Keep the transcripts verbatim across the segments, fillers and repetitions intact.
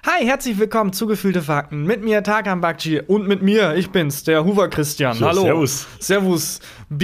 Hi, herzlich willkommen zu Gefühlte Fakten. Mit mir Tarkan Bakci und mit mir, ich bin's, der Hoover Christian. Ja, Hallo. Servus. Servus.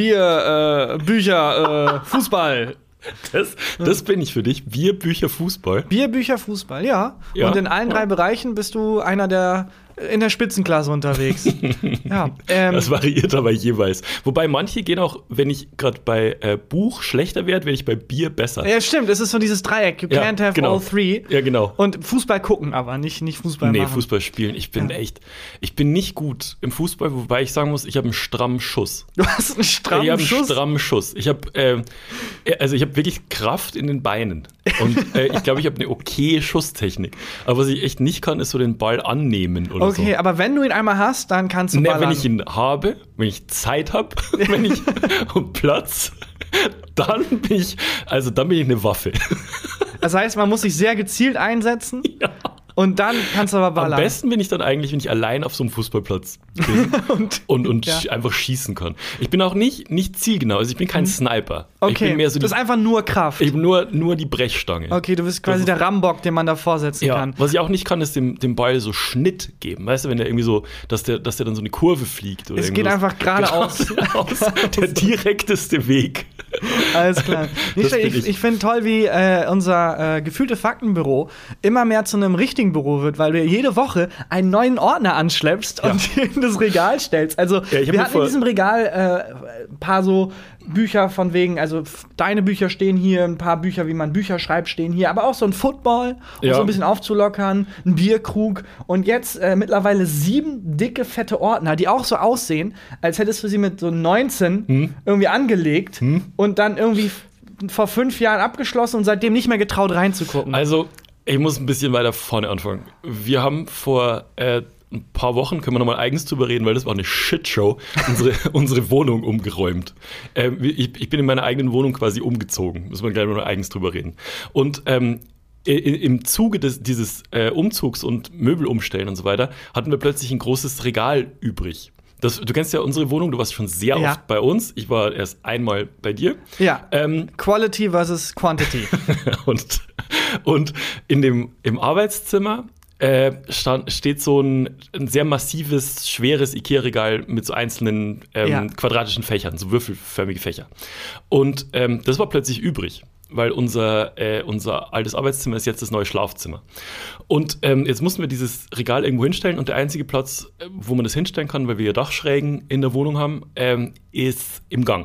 Bier, äh, Bücher, äh, Fußball. Das, das bin ich für dich. Bier, Bücher, Fußball. Bier, Bücher, Fußball, ja. Ja. Und in allen drei Bereichen bist du einer der in der Spitzenklasse unterwegs. ja, ähm, das variiert aber jeweils. Wobei manche gehen auch, wenn ich gerade bei äh, Buch schlechter werde, werde ich bei Bier besser. Ja, stimmt. Es ist so dieses Dreieck. You Ja, can't have genau. all three. Ja, genau. Und Fußball gucken aber, nicht, nicht Fußball Nee, machen. Fußball spielen. Ich bin Ja. echt, ich bin nicht gut im Fußball, wobei ich sagen muss, ich habe einen strammen Schuss. Du hast einen strammen ich habe einen Schuss. strammen Schuss. Ich habe, äh, also ich habe wirklich Kraft in den Beinen. Und äh, ich glaube, ich habe eine okaye Schusstechnik. Aber was ich echt nicht kann, ist so den Ball annehmen oder so. Okay, aber wenn du ihn einmal hast, dann kannst du Ne, ballern. wenn ich ihn habe, wenn ich Zeit habe, wenn ich und Platz, dann bin ich, also dann bin ich eine Waffe. Das heißt, man muss sich sehr gezielt einsetzen. Ja. Und dann kannst du aber Am ballern. besten bin ich dann eigentlich, wenn ich allein auf so einem Fußballplatz bin und, und, und Ja. sch- einfach schießen kann. Ich bin auch nicht, nicht zielgenau, also ich bin kein Sniper. Ich okay, bin mehr so die, das ist einfach nur Kraft. ich bin nur, nur die Brechstange. Okay, du bist quasi Das der Rambock, den man da vorsetzen Ja, kann. was ich auch nicht kann, ist dem, dem Ball so Schnitt geben. Weißt du, wenn der irgendwie so, dass der, dass der dann so eine Kurve fliegt. Oder Es geht irgendwas. einfach geradeaus. Geradeaus. Der direkteste Weg. Alles klar. Nicht Das schlecht. bin ich ich. ich finde toll, wie äh, unser äh, gefühlte Faktenbüro immer mehr zu einem richtigen Büro wird, weil du jede Woche einen neuen Ordner anschleppst Ja. und in das Regal stellst. Also Ja, ich hab wir mir hatten in vor- diesem Regal äh, ein paar so Bücher von wegen, also f- deine Bücher stehen hier, ein paar Bücher, wie man Bücher schreibt, stehen hier, aber auch so ein Football, um Ja. so ein bisschen aufzulockern, ein Bierkrug und jetzt äh, mittlerweile sieben dicke, fette Ordner, die auch so aussehen, als hättest du sie mit so neunzehn Hm. irgendwie angelegt und dann irgendwie f- vor fünf Jahren abgeschlossen und seitdem nicht mehr getraut reinzugucken. Also, ich muss ein bisschen weiter vorne anfangen. Wir haben vor äh, ein paar Wochen, können wir nochmal eigens drüber reden, weil das war eine Shitshow, unsere, unsere Wohnung umgeräumt. Ähm, ich, ich bin in meiner eigenen Wohnung quasi umgezogen. Müssen wir gleich noch eigens drüber reden. Und ähm, i- im Zuge des, dieses äh, Umzugs und Möbel umstellen und so weiter, hatten wir plötzlich ein großes Regal übrig. Das, du kennst ja unsere Wohnung, du warst schon sehr Ja. oft bei uns. Ich war erst einmal bei dir. ja. Ähm, Quality versus Quantity. und, und in dem, im Arbeitszimmer äh, stand, steht so ein, ein sehr massives, schweres Ikea-Regal mit so einzelnen ähm, Ja. quadratischen Fächern, so würfelförmige Fächer. Und ähm, das war plötzlich übrig, weil unser, äh, unser altes Arbeitszimmer ist jetzt das neue Schlafzimmer. Und ähm, jetzt mussten wir dieses Regal irgendwo hinstellen und der einzige Platz, äh, wo man das hinstellen kann, weil wir ja Dachschrägen in der Wohnung haben, ähm, ist im Gang.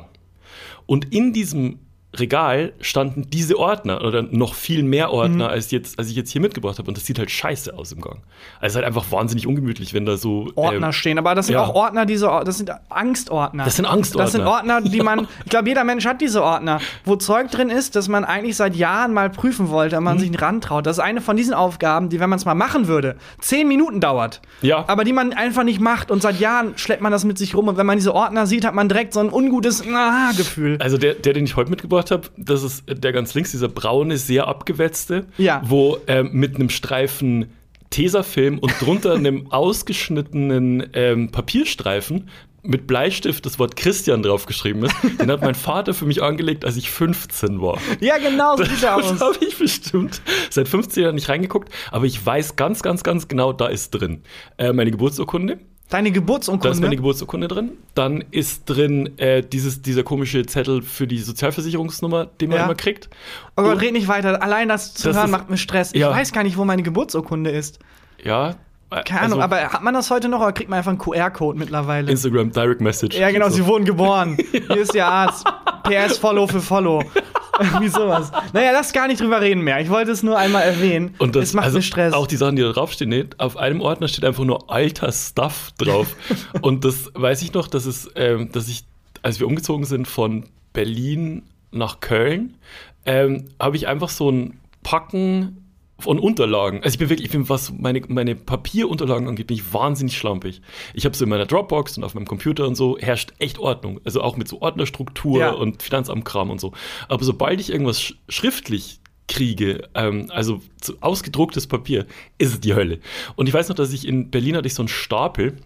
Und in diesem Regal standen diese Ordner oder noch viel mehr Ordner, als, jetzt, als ich jetzt hier mitgebracht habe. Und das sieht halt scheiße aus im Gang. Also es ist halt einfach wahnsinnig ungemütlich, wenn da so Ordner ähm, stehen, aber das sind ja. auch Ordner, diese Or- das sind Angstordner. Das sind Angstordner. Das sind Ordner, die man, ich glaube, jeder Mensch hat diese Ordner, wo Zeug drin ist, das man eigentlich seit Jahren mal prüfen wollte, wenn man Mhm. sich nicht rantraut. Das ist eine von diesen Aufgaben, die, wenn man es mal machen würde, zehn Minuten dauert. Ja. Aber die man einfach nicht macht und seit Jahren schleppt man das mit sich rum und wenn man diese Ordner sieht, hat man direkt so ein ungutes Ah-Gefühl. Also der, der, den ich heute mitgebracht habe, das ist der ganz links, dieser braune, sehr abgewetzte, Ja. wo ähm, mit einem Streifen Tesafilm und drunter einem ausgeschnittenen ähm, Papierstreifen mit Bleistift das Wort Christian draufgeschrieben ist. Den hat mein Vater für mich angelegt, als ich fünfzehn war. Ja, genau, so sieht er Das aus. habe ich bestimmt seit fünfzehn Jahren nicht reingeguckt, aber ich weiß ganz, ganz, ganz genau, da ist drin äh, meine Geburtsurkunde. Deine Da ist meine Geburtsurkunde. Geburtsurkunde drin. Dann ist drin äh, dieses, dieser komische Zettel für die Sozialversicherungsnummer, den man Ja. immer kriegt. Oh Gott, Und- red nicht weiter. Allein das zu Das hören ist- macht mir Stress. Ich Ja. weiß gar nicht, wo meine Geburtsurkunde ist. Ja. Keine Ahnung, also aber hat man das heute noch oder kriegt man einfach einen Q R-Code mittlerweile? Instagram Direct Message. Ja, genau, So. sie wurden geboren. Hier ist der Arzt. P S Follow für Follow. Wie sowas. Naja, lass gar nicht drüber reden mehr. Ich wollte es nur einmal erwähnen. Und das es macht also mir Stress. Auch die Sachen, die da draufstehen, nee, auf einem Ordner steht einfach nur alter Stuff drauf. Und das weiß ich noch, dass es, ähm, dass ich, als wir umgezogen sind von Berlin nach Köln, ähm, habe ich einfach so ein Packen von Unterlagen. Also ich bin wirklich, ich bin, was meine, meine Papierunterlagen angeht, bin ich wahnsinnig schlampig. Ich habe so in meiner Dropbox und auf meinem Computer und so herrscht echt Ordnung. Also auch mit so Ordnerstruktur Ja. und Finanzamtkram und so. Aber sobald ich irgendwas sch- schriftlich kriege, ähm, also zu, ausgedrucktes Papier, ist es die Hölle. Und ich weiß noch, dass ich in Berlin hatte ich so einen Stapel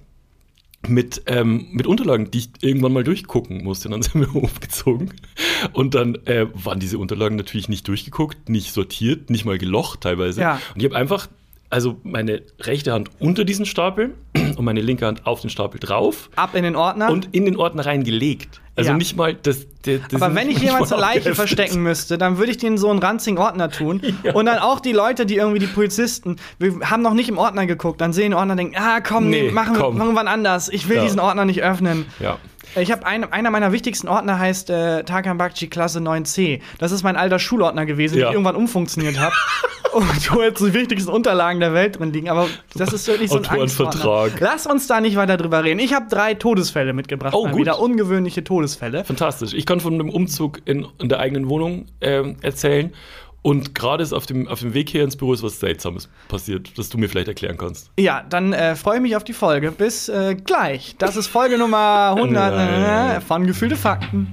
mit, ähm, mit Unterlagen, die ich irgendwann mal durchgucken musste. Und dann sind wir umgezogen. Und dann äh, waren diese Unterlagen natürlich nicht durchgeguckt, nicht sortiert, nicht mal gelocht teilweise. Ja. Und ich habe einfach also meine rechte Hand unter diesen Stapel und meine linke Hand auf den Stapel drauf. Ab in den Ordner? Und in den Ordner reingelegt. Also ja. nicht mal das. das, das Aber wenn ich jemand zur Leiche verstecken müsste, dann würde ich den in so einen ranzigen Ordner tun. Ja. Und dann auch die Leute, die irgendwie die Polizisten, wir haben noch nicht im Ordner geguckt, dann sehen den Ordner und denken, ah komm, nee, machen wir irgendwann anders. Ich will ja. diesen Ordner nicht öffnen. Ja. Ich habe ein, einer meiner wichtigsten Ordner heißt äh, Tarkan Bakci Klasse neun C. Das ist mein alter Schulordner gewesen, ja. den ich irgendwann umfunktioniert habe. Und wo jetzt die wichtigsten Unterlagen der Welt drin liegen. Aber das ist wirklich so ein Angstordner. Lass uns da nicht weiter drüber reden. Ich habe drei Todesfälle mitgebracht. Oh, gut. Wieder ungewöhnliche Todesfälle. Fantastisch. Ich kann von einem Umzug in, in der eigenen Wohnung äh, erzählen. Und gerade ist auf dem, auf dem Weg hier ins Büro ist was Seltsames passiert, das du mir vielleicht erklären kannst. Ja, dann äh, freue ich mich auf die Folge. Bis äh, gleich. Das ist Folge Nummer hundert äh, von Gefühlte Fakten.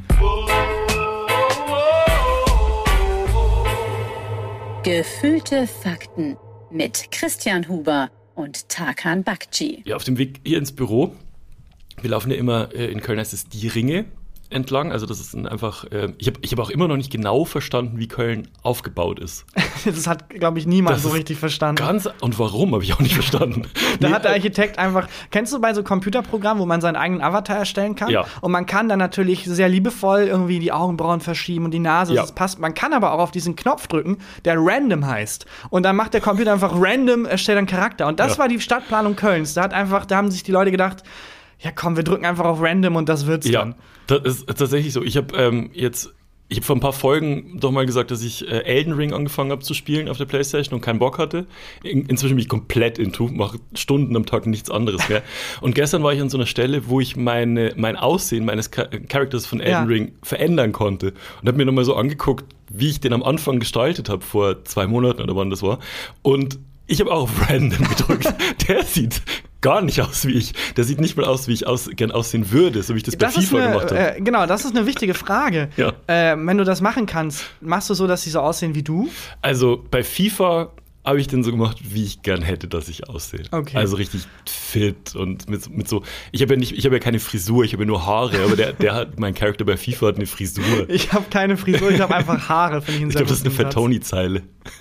Gefühlte Fakten mit Christian Huber und Tarkan Bakci. Ja, auf dem Weg hier ins Büro. Wir laufen ja immer, äh, in Köln heißt es die Ringe entlang. Also das ist einfach, äh, ich habe ich hab auch immer noch nicht genau verstanden, wie Köln aufgebaut ist. Das hat, glaube ich, niemand das so richtig verstanden. Ganz, und warum, habe ich auch nicht verstanden. Da nee, hat der Architekt einfach, kennst du bei so Computerprogrammen, wo man seinen eigenen Avatar erstellen kann? Ja. Und man kann dann natürlich sehr liebevoll irgendwie die Augenbrauen verschieben und die Nase, ja. das passt. Man kann aber auch auf diesen Knopf drücken, der Random heißt. Und dann macht der Computer einfach random, erstellt einen Charakter. Und das ja. war die Stadtplanung Kölns. Da hat einfach, da haben sich die Leute gedacht, ja komm, wir drücken einfach auf Random und das wird's ja, dann. Das ist tatsächlich so. Ich habe ähm, jetzt, ich habe vor ein paar Folgen doch mal gesagt, dass ich äh, Elden Ring angefangen habe zu spielen auf der PlayStation und keinen Bock hatte. In, inzwischen bin ich komplett into, mache Stunden am Tag nichts anderes mehr. Und gestern war ich an so einer Stelle, wo ich meine, mein Aussehen meines Char- Charakters von Elden ja. Ring verändern konnte. Und habe mir nochmal so angeguckt, wie ich den am Anfang gestaltet habe, vor zwei Monaten oder wann das war. Und ich habe auch auf Random gedrückt. Der sieht gar nicht aus wie ich. Der sieht nicht mal aus, wie ich aus, gern aussehen würde, so wie ich das, das bei FIFA eine, gemacht habe. Äh, genau, das ist eine wichtige Frage. Ja. Äh, wenn du das machen kannst, machst du so, dass sie so aussehen wie du? Also bei FIFA habe ich den so gemacht, wie ich gern hätte, dass ich aussehe. Okay. Also richtig fit und mit, mit so. Ich habe ja nicht, ich habe ja keine Frisur, ich habe ja nur Haare, aber der, der hat, mein Charakter bei FIFA hat eine Frisur. Ich habe keine Frisur, ich habe einfach Haare, finde ich einen Ich glaube, das ist eine Fat-Tony-Zeile.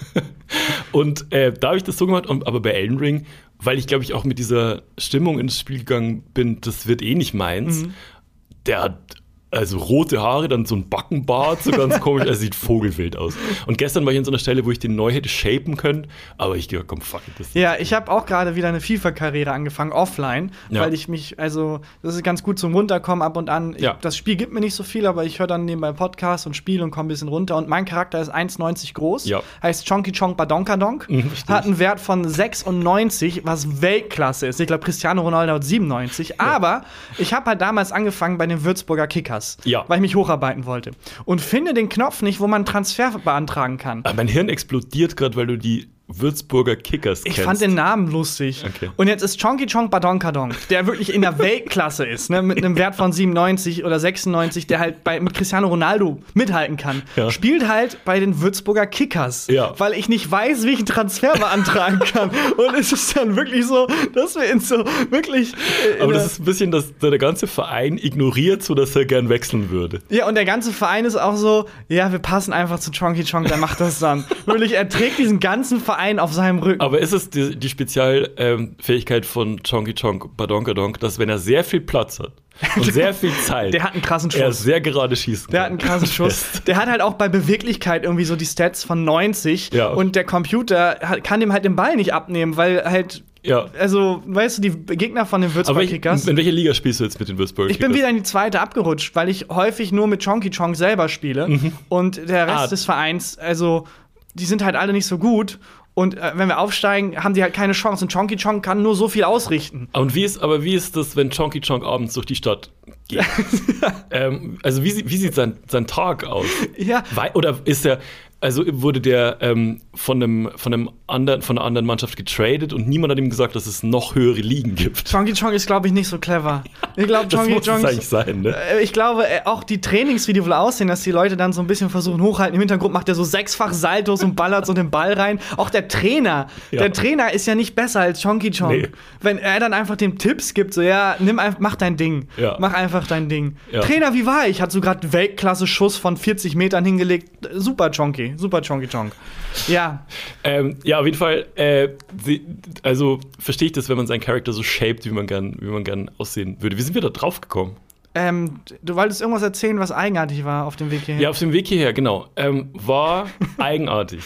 Und äh, da habe ich das so gemacht, und, aber bei Elden Ring, weil ich glaube ich auch mit dieser Stimmung ins Spiel gegangen bin, das wird eh nicht meins. Mhm. Der hat also rote Haare, dann so ein Backenbart, so ganz komisch, er sieht vogelwild aus. Und gestern war ich an so einer Stelle, wo ich den neu hätte shapen können, aber ich gedacht, komm, fuck it. Das ja, ich habe auch gerade wieder eine FIFA-Karriere angefangen, offline, ja. weil ich mich, also, das ist ganz gut zum Runterkommen ab und an. Ich, ja. Das Spiel gibt mir nicht so viel, aber ich höre dann nebenbei Podcasts und spiele und komme ein bisschen runter. Und mein Charakter ist eins Komma neunzig groß, ja. heißt Chonky Chonk Badonkadonk, mhm, hat einen Wert von sechsundneunzig, was Weltklasse ist. Ich glaube, Cristiano Ronaldo hat siebenundneunzig, ja. aber ich habe halt damals angefangen bei den Würzburger Kickers, ja. weil ich mich hocharbeiten wollte. Und finde den Knopf nicht, wo man einen Transfer beantragen kann. Aber mein Hirn explodiert gerade, weil du die Würzburger Kickers kennst. Ich fand den Namen lustig. Okay. Und jetzt ist Chonky Chonk Badonkadonk, der wirklich in der Weltklasse ist, ne, mit einem Wert von siebenundneunzig oder sechsundneunzig, der halt bei, mit Cristiano Ronaldo mithalten kann. Ja. Spielt halt bei den Würzburger Kickers, ja. weil ich nicht weiß, wie ich einen Transfer beantragen kann. Und es ist dann wirklich so, dass wir in so wirklich äh, Aber das ist ein bisschen, dass der ganze Verein ignoriert, so dass er gern wechseln würde. Ja, und der ganze Verein ist auch so, ja, wir passen einfach zu Chonky Chonk, der macht das dann. Wirklich, er trägt diesen ganzen Verein auf seinem Rücken. Aber ist es die, die Spezialfähigkeit ähm, von Chonky Chonk Badonkadonk, dass wenn er sehr viel Platz hat und sehr viel Zeit, der hat einen krassen Schuss. Er sehr gerade schießen kann. Der hat einen krassen Schuss. Der hat halt auch bei Beweglichkeit irgendwie so die Stats von neunzig ja. und der Computer hat, kann dem halt den Ball nicht abnehmen, weil halt ja. Also, weißt du, die Gegner von den Würzburger Kickers. In welcher Liga spielst du jetzt mit den Würzburger Kickers? Ich bin wieder in die zweite abgerutscht, weil ich häufig nur mit Chonky Chonk selber spiele. Mhm. Und der Rest ah. des Vereins, also, die sind halt alle nicht so gut. Und äh, wenn wir aufsteigen, haben die halt keine Chance. Und Chonky Chonk kann nur so viel ausrichten. Und wie ist, aber wie ist das, wenn Chonky Chonk abends durch die Stadt geht? ähm, also wie, wie sieht sein, sein Tag aus? Ja. Wei- oder ist er, also wurde der ähm, von, einem, von, einem anderen, von einer anderen Mannschaft getradet und niemand hat ihm gesagt, dass es noch höhere Ligen gibt? Chonky Chonk ist, glaube ich, nicht so clever. Ich glaube, Chonky Chonk. Das muss es eigentlich sein, ne? Äh, ich glaube, äh, auch die Trainings, wie die wohl aussehen, dass die Leute dann so ein bisschen versuchen hochhalten. Im Hintergrund macht er so sechsfach Saltos und ballert so den Ball rein. Auch der Trainer. Ja. Der Trainer ist ja nicht besser als Chonky Chonk. Nee. Wenn er dann einfach dem Tipps gibt, so, ja, nimm einfach, mach dein Ding. Ja. Mach einfach dein Ding. Ja. Trainer, wie war ich? Hat so gerade Weltklasse-Schuss von vierzig Metern hingelegt. Super, Chonky. super Chonky Chonk. Ja. Ähm, ja, auf jeden Fall, äh, sie, also verstehe ich das, wenn man seinen Charakter so shaped, wie man gern, wie man gern aussehen würde. Wie sind wir da drauf gekommen? Ähm, du wolltest irgendwas erzählen, was eigenartig war auf dem Weg hierher. Ja, auf dem Weg hierher, genau. Ähm, war eigenartig.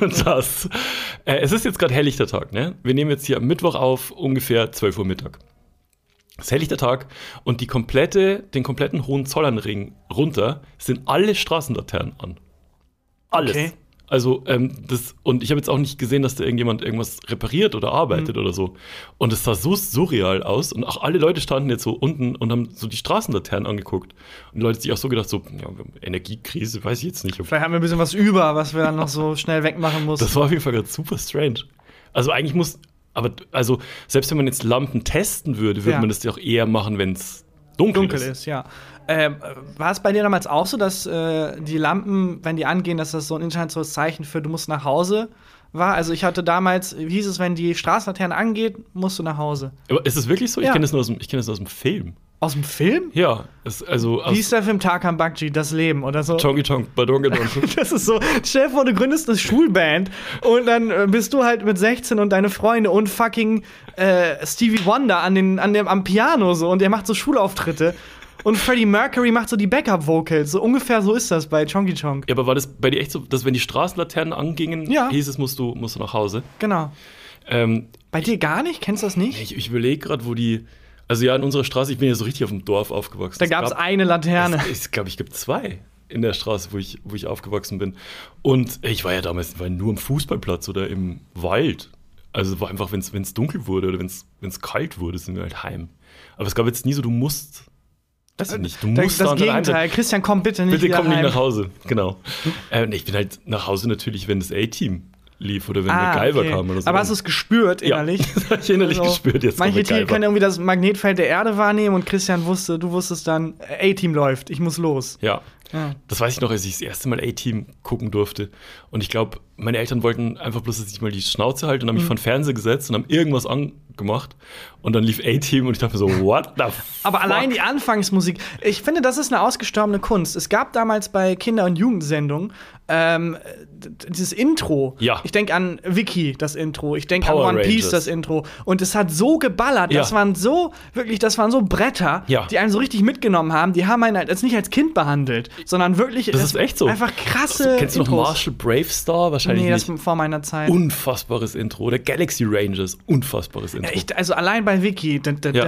das, äh, es ist jetzt gerade helllichter Tag, ne? Wir nehmen jetzt hier am Mittwoch auf, ungefähr zwölf Uhr Mittag. Es ist helllichter Tag und die komplette, den kompletten Hohenzollernring runter sind alle Straßenlaternen an. Alles. Okay. Also, ähm, das, und ich habe jetzt auch nicht gesehen, dass da irgendjemand irgendwas repariert oder arbeitet mhm. oder so. Und es sah so surreal aus. Und auch alle Leute standen jetzt so unten und haben so die Straßenlaternen angeguckt. Und die Leute haben sich auch so gedacht, so, ja, Energiekrise, weiß ich jetzt nicht. Vielleicht haben wir ein bisschen was über, was wir dann noch so schnell wegmachen mussten. Das war auf jeden Fall gerade super strange. Also eigentlich muss, aber also selbst wenn man jetzt Lampen testen würde, würde ja. man das ja auch eher machen, wenn es dunkel, dunkel ist. ist ja. Ähm, war es bei dir damals auch so, dass äh, die Lampen, wenn die angehen, dass das so ein internationales Zeichen für du musst nach Hause war? Also ich hatte damals, wie hieß es, wenn die Straßenlaterne angeht, musst du nach Hause. Aber ist es wirklich so? Ja. Ich kenne das nur aus dem, ich kenn das nur aus dem Film. Aus dem Film? Ja. Es, also wie ist der Film Tarkan Bakci, Das Leben oder so? Chonky Chonk, Badonga Donk. Das ist so, stell dir vor, du gründest eine Schulband und dann äh, bist du halt mit sechzehn und deine Freunde und fucking äh, Stevie Wonder an den, an dem, am Piano so und der macht so Schulauftritte. Und Freddie Mercury macht so die Backup-Vocals. So ungefähr so ist das bei Chonky Chonk. Ja, aber war das bei dir echt so, dass wenn die Straßenlaternen angingen, ja. hieß es, musst du, musst du nach Hause? Genau. Ähm, bei dir gar nicht? Kennst du das nicht? Ich, ich überlege gerade, wo die. Also ja, in unserer Straße, ich bin ja so richtig auf dem Dorf aufgewachsen. Da gab es eine Laterne. Es, ich glaube, ich gibt zwei in der Straße, wo ich, wo ich aufgewachsen bin. Und ich war ja damals war nur im Fußballplatz oder im Wald. Also es war einfach, wenn es dunkel wurde oder wenn es kalt wurde, sind wir halt heim. Aber es gab jetzt nie so, du musst. Das nicht. Du musst das da Gegenteil. Christian, komm bitte nicht Bitte komm heim. nicht nach Hause. Genau. äh, ich bin halt nach Hause natürlich, wenn das A-Team lief oder wenn ah, MacGyver okay. kam oder so. Aber hast du es gespürt innerlich? Ja, das habe ich innerlich also, gespürt. Jetzt manche Tiere können irgendwie das Magnetfeld der Erde wahrnehmen und Christian wusste, du wusstest dann, A-Team läuft, ich muss los. Ja. ja. Das weiß ich noch, als ich das erste Mal A-Team gucken durfte. Und ich glaube, meine Eltern wollten einfach bloß, dass ich mal die Schnauze halte und haben mich mhm. vor den Fernseher gesetzt und haben irgendwas angemacht. Und dann lief A-Team und ich dachte mir so, what the fuck? Aber allein die Anfangsmusik, ich finde, das ist eine ausgestorbene Kunst. Es gab damals bei Kinder- und Jugendsendungen ähm, dieses Intro. Ja. Ich denke an Vicky, das Intro. Ich denke an Power One Piece, Rangers. das Intro. Und es hat so geballert. Ja. Das waren so, wirklich, das waren so Bretter, ja. die einen so richtig mitgenommen haben. Die haben einen als nicht als Kind behandelt, sondern wirklich das ist echt so. einfach krasse also, kennst du noch Intros. Marshall Bravestar? Wahrscheinlich nee, nicht. Das vor meiner Zeit. Unfassbares Intro. Oder Galaxy Rangers. Unfassbares Intro. Ja, ich, also allein bei Vicky,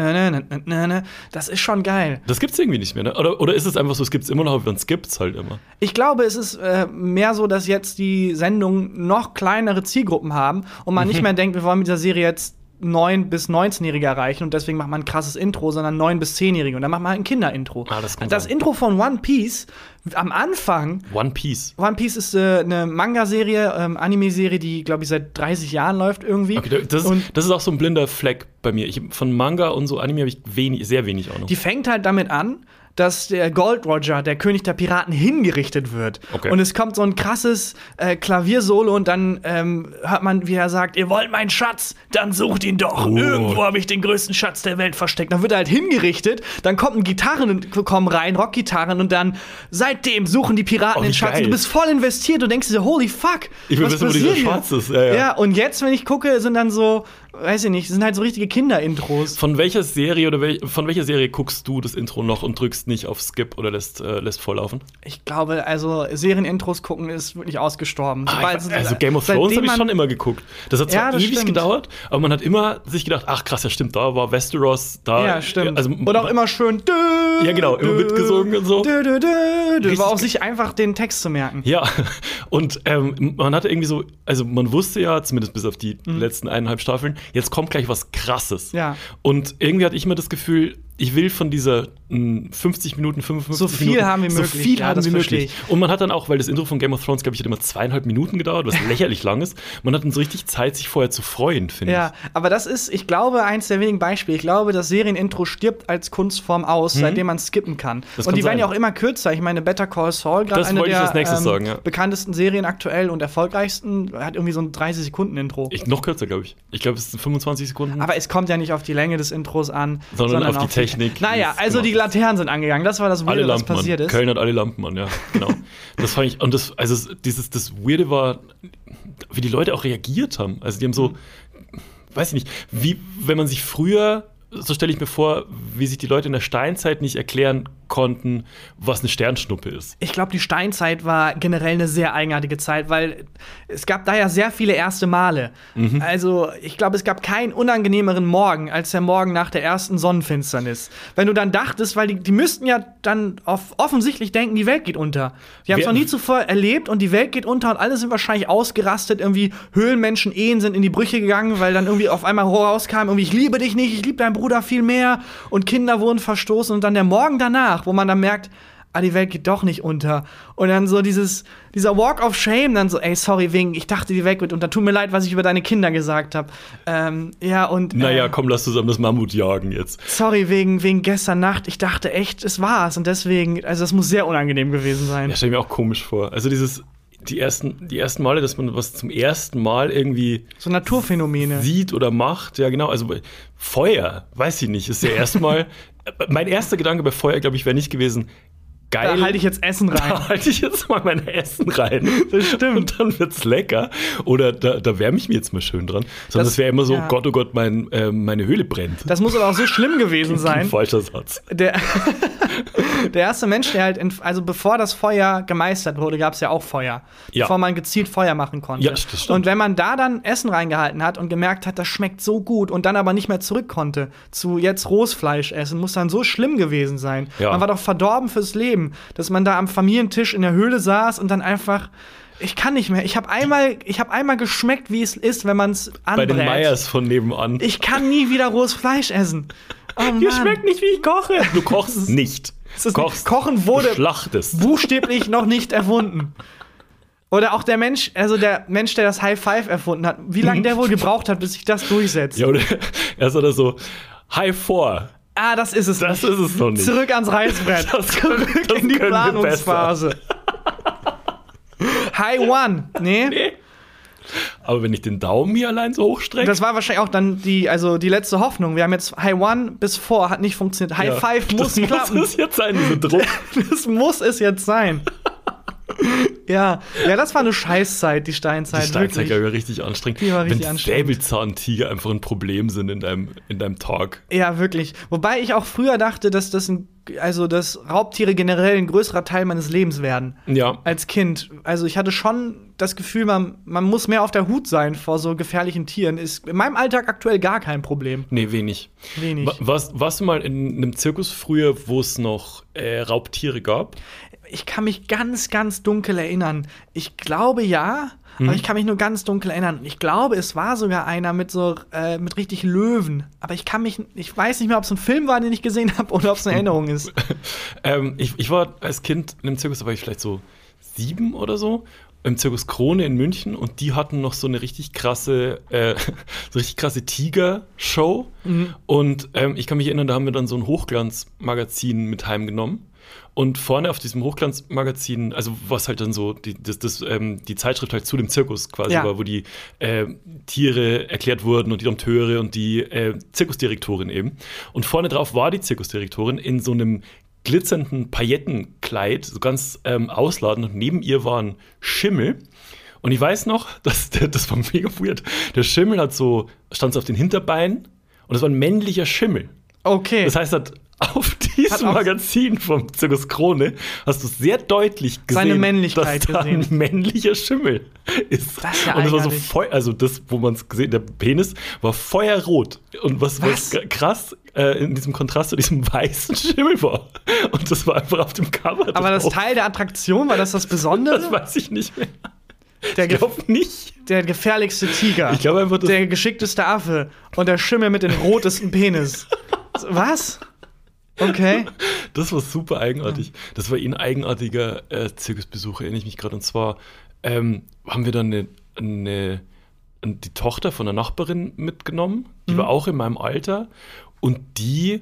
ja. das ist schon geil. Das gibt's irgendwie nicht mehr, ne? Oder, oder ist es einfach so, es gibt's immer noch, aber man skippt's halt immer? Ich glaube, es ist äh, mehr so, dass jetzt die Sendungen noch kleinere Zielgruppen haben und man nicht mehr denkt, wir wollen mit dieser Serie jetzt neun- bis neunzehnjährige erreichen und deswegen macht man ein krasses Intro, sondern neun- bis zehnjährige und dann macht man halt ein Kinderintro. Ah, das das Intro von One Piece am Anfang. One Piece. One Piece ist äh, eine Manga-Serie, ähm, Anime-Serie, die, glaube ich, seit dreißig Jahren läuft irgendwie. Okay, das, ist, das ist auch so ein blinder Fleck bei mir. Ich, von Manga und so Anime habe ich wenig, sehr wenig Ahnung. Die fängt halt damit an, dass der Gold Roger, der König der Piraten, hingerichtet wird. Okay. Und es kommt so ein krasses äh, Klaviersolo und dann ähm, hört man, wie er sagt, ihr wollt meinen Schatz, dann sucht ihn doch. Oh. Irgendwo habe ich den größten Schatz der Welt versteckt. Dann wird er halt hingerichtet, dann kommen Gitarren kommen rein, Rockgitarren und dann seitdem suchen die Piraten oh, den Schatz. Geil. Und du bist voll investiert, du denkst dir, holy fuck, ich will was wissen, wo passiert dieser hier? Schatz ist. Ja, ja. ja, und jetzt, wenn ich gucke, sind dann so, weiß ich nicht, sind halt so richtige Kinderintros. Von welcher Serie oder wel von welcher Serie guckst du das Intro noch und drückst nicht auf Skip oder lässt, äh, lässt volllaufen? Ich glaube, also Serienintros gucken ist wirklich ausgestorben. Ah, Sobald, ich, also Game of Thrones habe ich schon immer geguckt. Das hat zwar ja, das ewig stimmt. gedauert, aber man hat immer sich gedacht, ach krass, ja stimmt, da war Westeros, da. Ja, stimmt. Also, und auch immer schön. Dö, ja, genau, immer dö, mitgesungen und so. Dö, dö, dö, dö. Richtig. War auch sich einfach den Text zu merken. Ja, und ähm, man hatte irgendwie so, also man wusste ja, zumindest bis auf die mhm. letzten eineinhalb Staffeln, jetzt kommt gleich was Krasses. Ja. Und irgendwie hatte ich immer das Gefühl, ich will von dieser mh, fünfzig Minuten, fünfundfünfzig so viel Minuten, haben wie so möglich. viel ja, haben wie möglich. Ich. Und man hat dann auch, weil das Intro von Game of Thrones, glaube ich, hat immer zweieinhalb Minuten gedauert, was lächerlich lang ist. Man hat dann so richtig Zeit, sich vorher zu freuen, finde ja, ich. Ja, aber das ist, ich glaube, eins der wenigen Beispiele. Ich glaube, das Serienintro stirbt als Kunstform aus, mhm. seitdem man skippen kann. Das und kann die werden sein. ja auch immer kürzer. Ich meine, Better Call Saul, gerade eine wollte ich der als nächstes ähm, sagen, ja. bekanntesten Serien aktuell und erfolgreichsten, hat irgendwie so ein dreißig-Sekunden-Intro. Ich, noch kürzer, glaube ich. Ich glaube, es sind fünfundzwanzig Sekunden. Aber es kommt ja nicht auf die Länge des Intros an, sondern, sondern auf die auf Technik. Technik. Naja, also die Laternen sind angegangen. Das war das Weirde, was passiert an. ist. Köln hat alle Lampen an, ja, genau. Das fand ich, und das, also dieses, das Weirde war, wie die Leute auch reagiert haben. Also die haben so, weiß ich nicht, wie, wenn man sich früher, so stelle ich mir vor, wie sich die Leute in der Steinzeit nicht erklären konnten, was eine Sternschnuppe ist. Ich glaube, die Steinzeit war generell eine sehr eigenartige Zeit, weil es gab da ja sehr viele erste Male. Mhm. Also ich glaube, es gab keinen unangenehmeren Morgen als der Morgen nach der ersten Sonnenfinsternis. Wenn du dann dachtest, weil die, die müssten ja dann auf, offensichtlich denken, die Welt geht unter. Die haben es noch nie zuvor erlebt und die Welt geht unter und alle sind wahrscheinlich ausgerastet. Irgendwie Höhlenmenschen, Ehen sind in die Brüche gegangen, weil dann irgendwie auf einmal rauskam, irgendwie ich liebe dich nicht, ich liebe deinen Bruder viel mehr und Kinder wurden verstoßen und dann der Morgen danach, wo man dann merkt, ah, die Welt geht doch nicht unter. Und dann so dieses, dieser Walk of Shame, dann so, ey, sorry, wegen, ich dachte, die Welt geht unter. Tut mir leid, was ich über deine Kinder gesagt habe. Ähm, ja, und. Naja, äh, komm, lass zusammen das Mammut jagen jetzt. Sorry, wegen, wegen gestern Nacht. Ich dachte echt, es war's. Und deswegen, also, das muss sehr unangenehm gewesen sein. Ja, stell mir auch komisch vor. Also, dieses. Die ersten, die ersten Male, dass man was zum ersten Mal irgendwie so Naturphänomene sieht oder macht, ja genau, also Feuer, weiß ich nicht, ist ja erstmal, mein erster Gedanke bei Feuer, glaube ich, wäre nicht gewesen, geil. Da halte ich jetzt Essen rein. Da halte ich jetzt mal mein Essen rein. Das stimmt. Und dann wird's lecker. Oder da, da wärme ich mir jetzt mal schön dran. Sondern es wäre immer so, ja. Gott, oh Gott, mein, äh, meine Höhle brennt. Das muss aber auch so schlimm gewesen sein. Ein falscher Satz. Der, der erste Mensch, der halt, in, also bevor das Feuer gemeistert wurde, gab es ja auch Feuer. Ja. Bevor man gezielt Feuer machen konnte. Ja, das stimmt. Und wenn man da dann Essen reingehalten hat und gemerkt hat, das schmeckt so gut und dann aber nicht mehr zurück konnte zu jetzt Rohsfleisch essen, muss dann so schlimm gewesen sein. Ja. Man war doch verdorben fürs Leben, dass man da am Familientisch in der Höhle saß und dann einfach, ich kann nicht mehr. Ich habe einmal, ich habe einmal geschmeckt, wie es ist, wenn man es anbrät. Bei den Meyers von nebenan. Ich kann nie wieder rohes Fleisch essen. Oh, Dir schmeckt nicht, wie ich koche. Du kochst nicht. Du kochst, Kochen wurde schlachtest. buchstäblich noch nicht erfunden. Oder auch der Mensch, also der Mensch, der das High Five erfunden hat, wie lange der wohl gebraucht hat, bis sich das durchsetzt. Ja, oder erst oder so High Four. Ah, das ist es das nicht. Das ist es noch nicht. Zurück ans Reißbrett. Das, Zurück das in die Planungsphase. High One. Nee. nee. Aber wenn ich den Daumen hier allein so hochstrecke. Das war wahrscheinlich auch dann die, also die letzte Hoffnung. Wir haben jetzt High One bis Four, hat nicht funktioniert. High ja, Five muss das klappen. Das muss es jetzt sein, diese Druck. Das muss es jetzt sein. Ja, ja, das war eine Scheißzeit, die Steinzeit. Die Steinzeit war richtig anstrengend. Die war richtig Wenn anstrengend. Säbelzahntiger einfach ein Problem sind in deinem, in deinem Tag. Ja, wirklich. Wobei ich auch früher dachte, dass das ein, also dass Raubtiere generell ein größerer Teil meines Lebens werden. Ja. Als Kind. Also ich hatte schon das Gefühl, man, man muss mehr auf der Hut sein vor so gefährlichen Tieren. Ist in meinem Alltag aktuell gar kein Problem. Nee, wenig. Wenig. Warst, warst du mal in einem Zirkus früher, wo es noch äh, Raubtiere gab? Ich kann mich ganz, ganz dunkel erinnern. Ich glaube ja, mhm. aber ich kann mich nur ganz dunkel erinnern. Ich glaube, es war sogar einer mit so äh, mit richtig Löwen. Aber ich kann mich, ich weiß nicht mehr, ob es ein Film war, den ich gesehen habe, oder ob es eine Erinnerung ist. ähm, ich, ich war als Kind in einem Zirkus, da war ich vielleicht so sieben oder so. Im Zirkus Krone in München und die hatten noch so eine richtig krasse, äh, so richtig krasse Tiger-Show. Mhm. Und ähm, ich kann mich erinnern, da haben wir dann so ein Hochglanzmagazin mit heimgenommen. Und vorne auf diesem Hochglanzmagazin, also was halt dann so die, das, das, ähm, die Zeitschrift halt zu dem Zirkus quasi ja. war, wo die äh, Tiere erklärt wurden und die Dompteure und die äh, Zirkusdirektorin eben. Und vorne drauf war die Zirkusdirektorin in so einem glitzernden Paillettenkleid, so ganz ähm, ausladend, und neben ihr war ein Schimmel. Und ich weiß noch, dass der, das war mega weird. Der Schimmel hat so, stand so auf den Hinterbeinen und das war ein männlicher Schimmel. Okay. Das heißt, hat auf diesem Magazin vom Zirkus Krone hast du sehr deutlich gesehen, seine Männlichkeit dass da gesehen. ein männlicher Schimmel ist. Das ist ja und das war so eigenartig. Feu- also das, wo man es gesehen, der Penis war feuerrot. Und was, was? was krass äh, in diesem Kontrast zu diesem weißen Schimmel war. Und das war einfach auf dem Cover. Aber das Teil der Attraktion, war das das Besondere? Das weiß ich nicht mehr. Der ich glaube nicht. Der gefährlichste Tiger. Ich glaube einfach, das der geschickteste Affe. Und der Schimmel mit dem rotesten Penis. Was? Okay. Das war super eigenartig. Das war ein eigenartiger äh, Zirkusbesuch, erinnere ich mich gerade. Und zwar ähm, haben wir dann eine, eine, die Tochter von einer Nachbarin mitgenommen. Die mhm. war auch in meinem Alter. Und die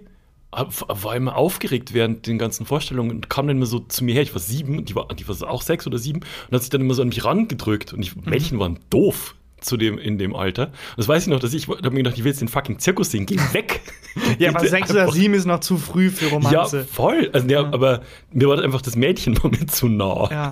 war immer aufgeregt während den ganzen Vorstellungen und kam dann immer so zu mir her. Ich war sieben, die war, die war auch sechs oder sieben. Und hat sich dann immer so an mich rangedrückt. Und die Mädchen mhm. waren doof. Zu dem, in dem Alter. Und das weiß ich noch, dass ich, ich habe mir gedacht, ich will jetzt den fucking Zirkus sehen, geh weg. Ja, aber sechs oder sieben ist noch zu früh für Romanze. Ja, voll. Also, ja, ja. Aber mir war einfach das Mädchenmoment zu nah. Ja.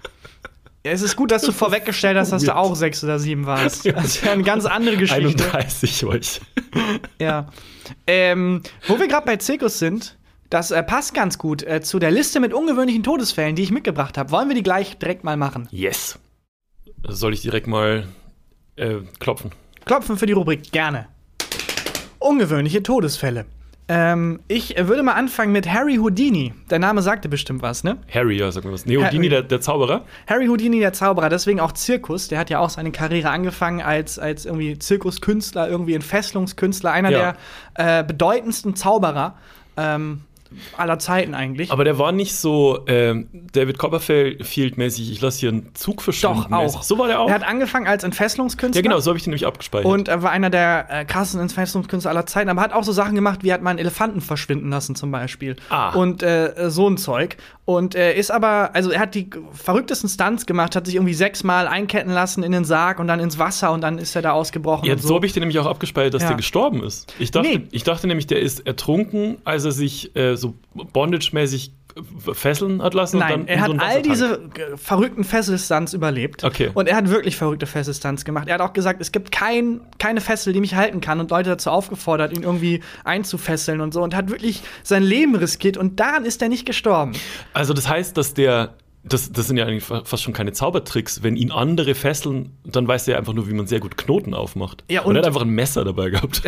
Ja, es ist gut, dass du vorweggestellt hast, dass du auch sechs oder sieben warst. Das ist ja eine ganz andere Geschichte. einunddreißig war ich. Ja. Ähm, wo wir gerade bei Zirkus sind, das äh, passt ganz gut äh, zu der Liste mit ungewöhnlichen Todesfällen, die ich mitgebracht habe. Wollen wir die gleich direkt mal machen? Yes. Soll ich direkt mal äh, klopfen? Klopfen für die Rubrik, gerne. Ungewöhnliche Todesfälle. Ähm, ich würde mal anfangen mit Harry Houdini. Der Name sagte bestimmt was, ne? Harry, ja, sag mal was. Nee, Houdini, der, der Zauberer? Harry Houdini, der Zauberer, deswegen auch Zirkus. Der hat ja auch seine Karriere angefangen als, als irgendwie Zirkuskünstler, irgendwie Entfesselungskünstler, einer ja. der äh, bedeutendsten Zauberer ähm, aller Zeiten eigentlich. Aber der war nicht so ähm, David Copperfield-mäßig, ich lasse hier einen Zug verschwinden. Doch, auch. So war der auch? Er hat angefangen als Entfesselungskünstler. Ja, genau, so habe ich den nämlich abgespeichert. Und er war einer der äh, krassesten Entfesselungskünstler aller Zeiten, aber hat auch so Sachen gemacht, wie hat man Elefanten verschwinden lassen zum Beispiel. Ah. Und äh, so ein Zeug. Und er ist aber, also er hat die verrücktesten Stunts gemacht, hat sich irgendwie sechsmal einketten lassen in den Sarg und dann ins Wasser und dann ist er da ausgebrochen. Ja, und so, so habe ich den nämlich auch abgespeichert, dass ja. der gestorben ist. Ich dachte, nee. ich dachte nämlich, der ist ertrunken, als er sich äh, so bondage-mäßig fesseln hat lassen. Nein, und dann er in hat so einen all Wassertank. diese verrückten Fesselstunts überlebt. Okay. Und er hat wirklich verrückte Fesselstunts gemacht. Er hat auch gesagt, es gibt kein, keine Fessel, die mich halten kann. Und Leute dazu aufgefordert, ihn irgendwie einzufesseln und so. Und hat wirklich sein Leben riskiert. Und daran ist er nicht gestorben. Also das heißt, dass der Das, das sind ja eigentlich fast schon keine Zaubertricks. Wenn ihn andere fesseln, dann weiß er einfach nur, wie man sehr gut Knoten aufmacht. Ja, und, und er hat einfach ein Messer dabei gehabt.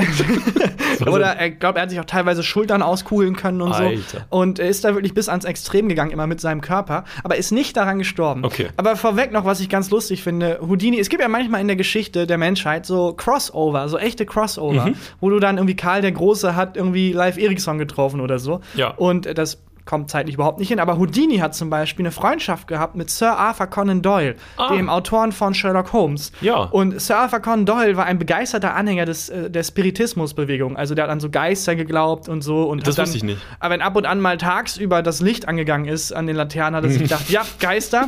Oder er glaube, er hat sich auch teilweise Schultern auskugeln können und Alter. so. Und er ist da wirklich bis ans Extrem gegangen, immer mit seinem Körper. Aber ist nicht daran gestorben. Okay. Aber vorweg noch, was ich ganz lustig finde: Houdini, es gibt ja manchmal in der Geschichte der Menschheit so Crossover, so echte Crossover, mhm. wo du dann irgendwie Karl der Große hat irgendwie Leif Erikson getroffen oder so. Ja. Und äh, das kommt zeitlich überhaupt nicht hin. Aber Houdini hat zum Beispiel eine Freundschaft gehabt mit Sir Arthur Conan Doyle, ah. dem Autoren von Sherlock Holmes. Ja. Und Sir Arthur Conan Doyle war ein begeisterter Anhänger des, äh, der Spiritismusbewegung. Also der hat an so Geister geglaubt und so. Und das hat dann, wusste ich nicht. Aber wenn ab und an mal tagsüber das Licht angegangen ist an den Laternen, hat er sich gedacht, ja, Geister.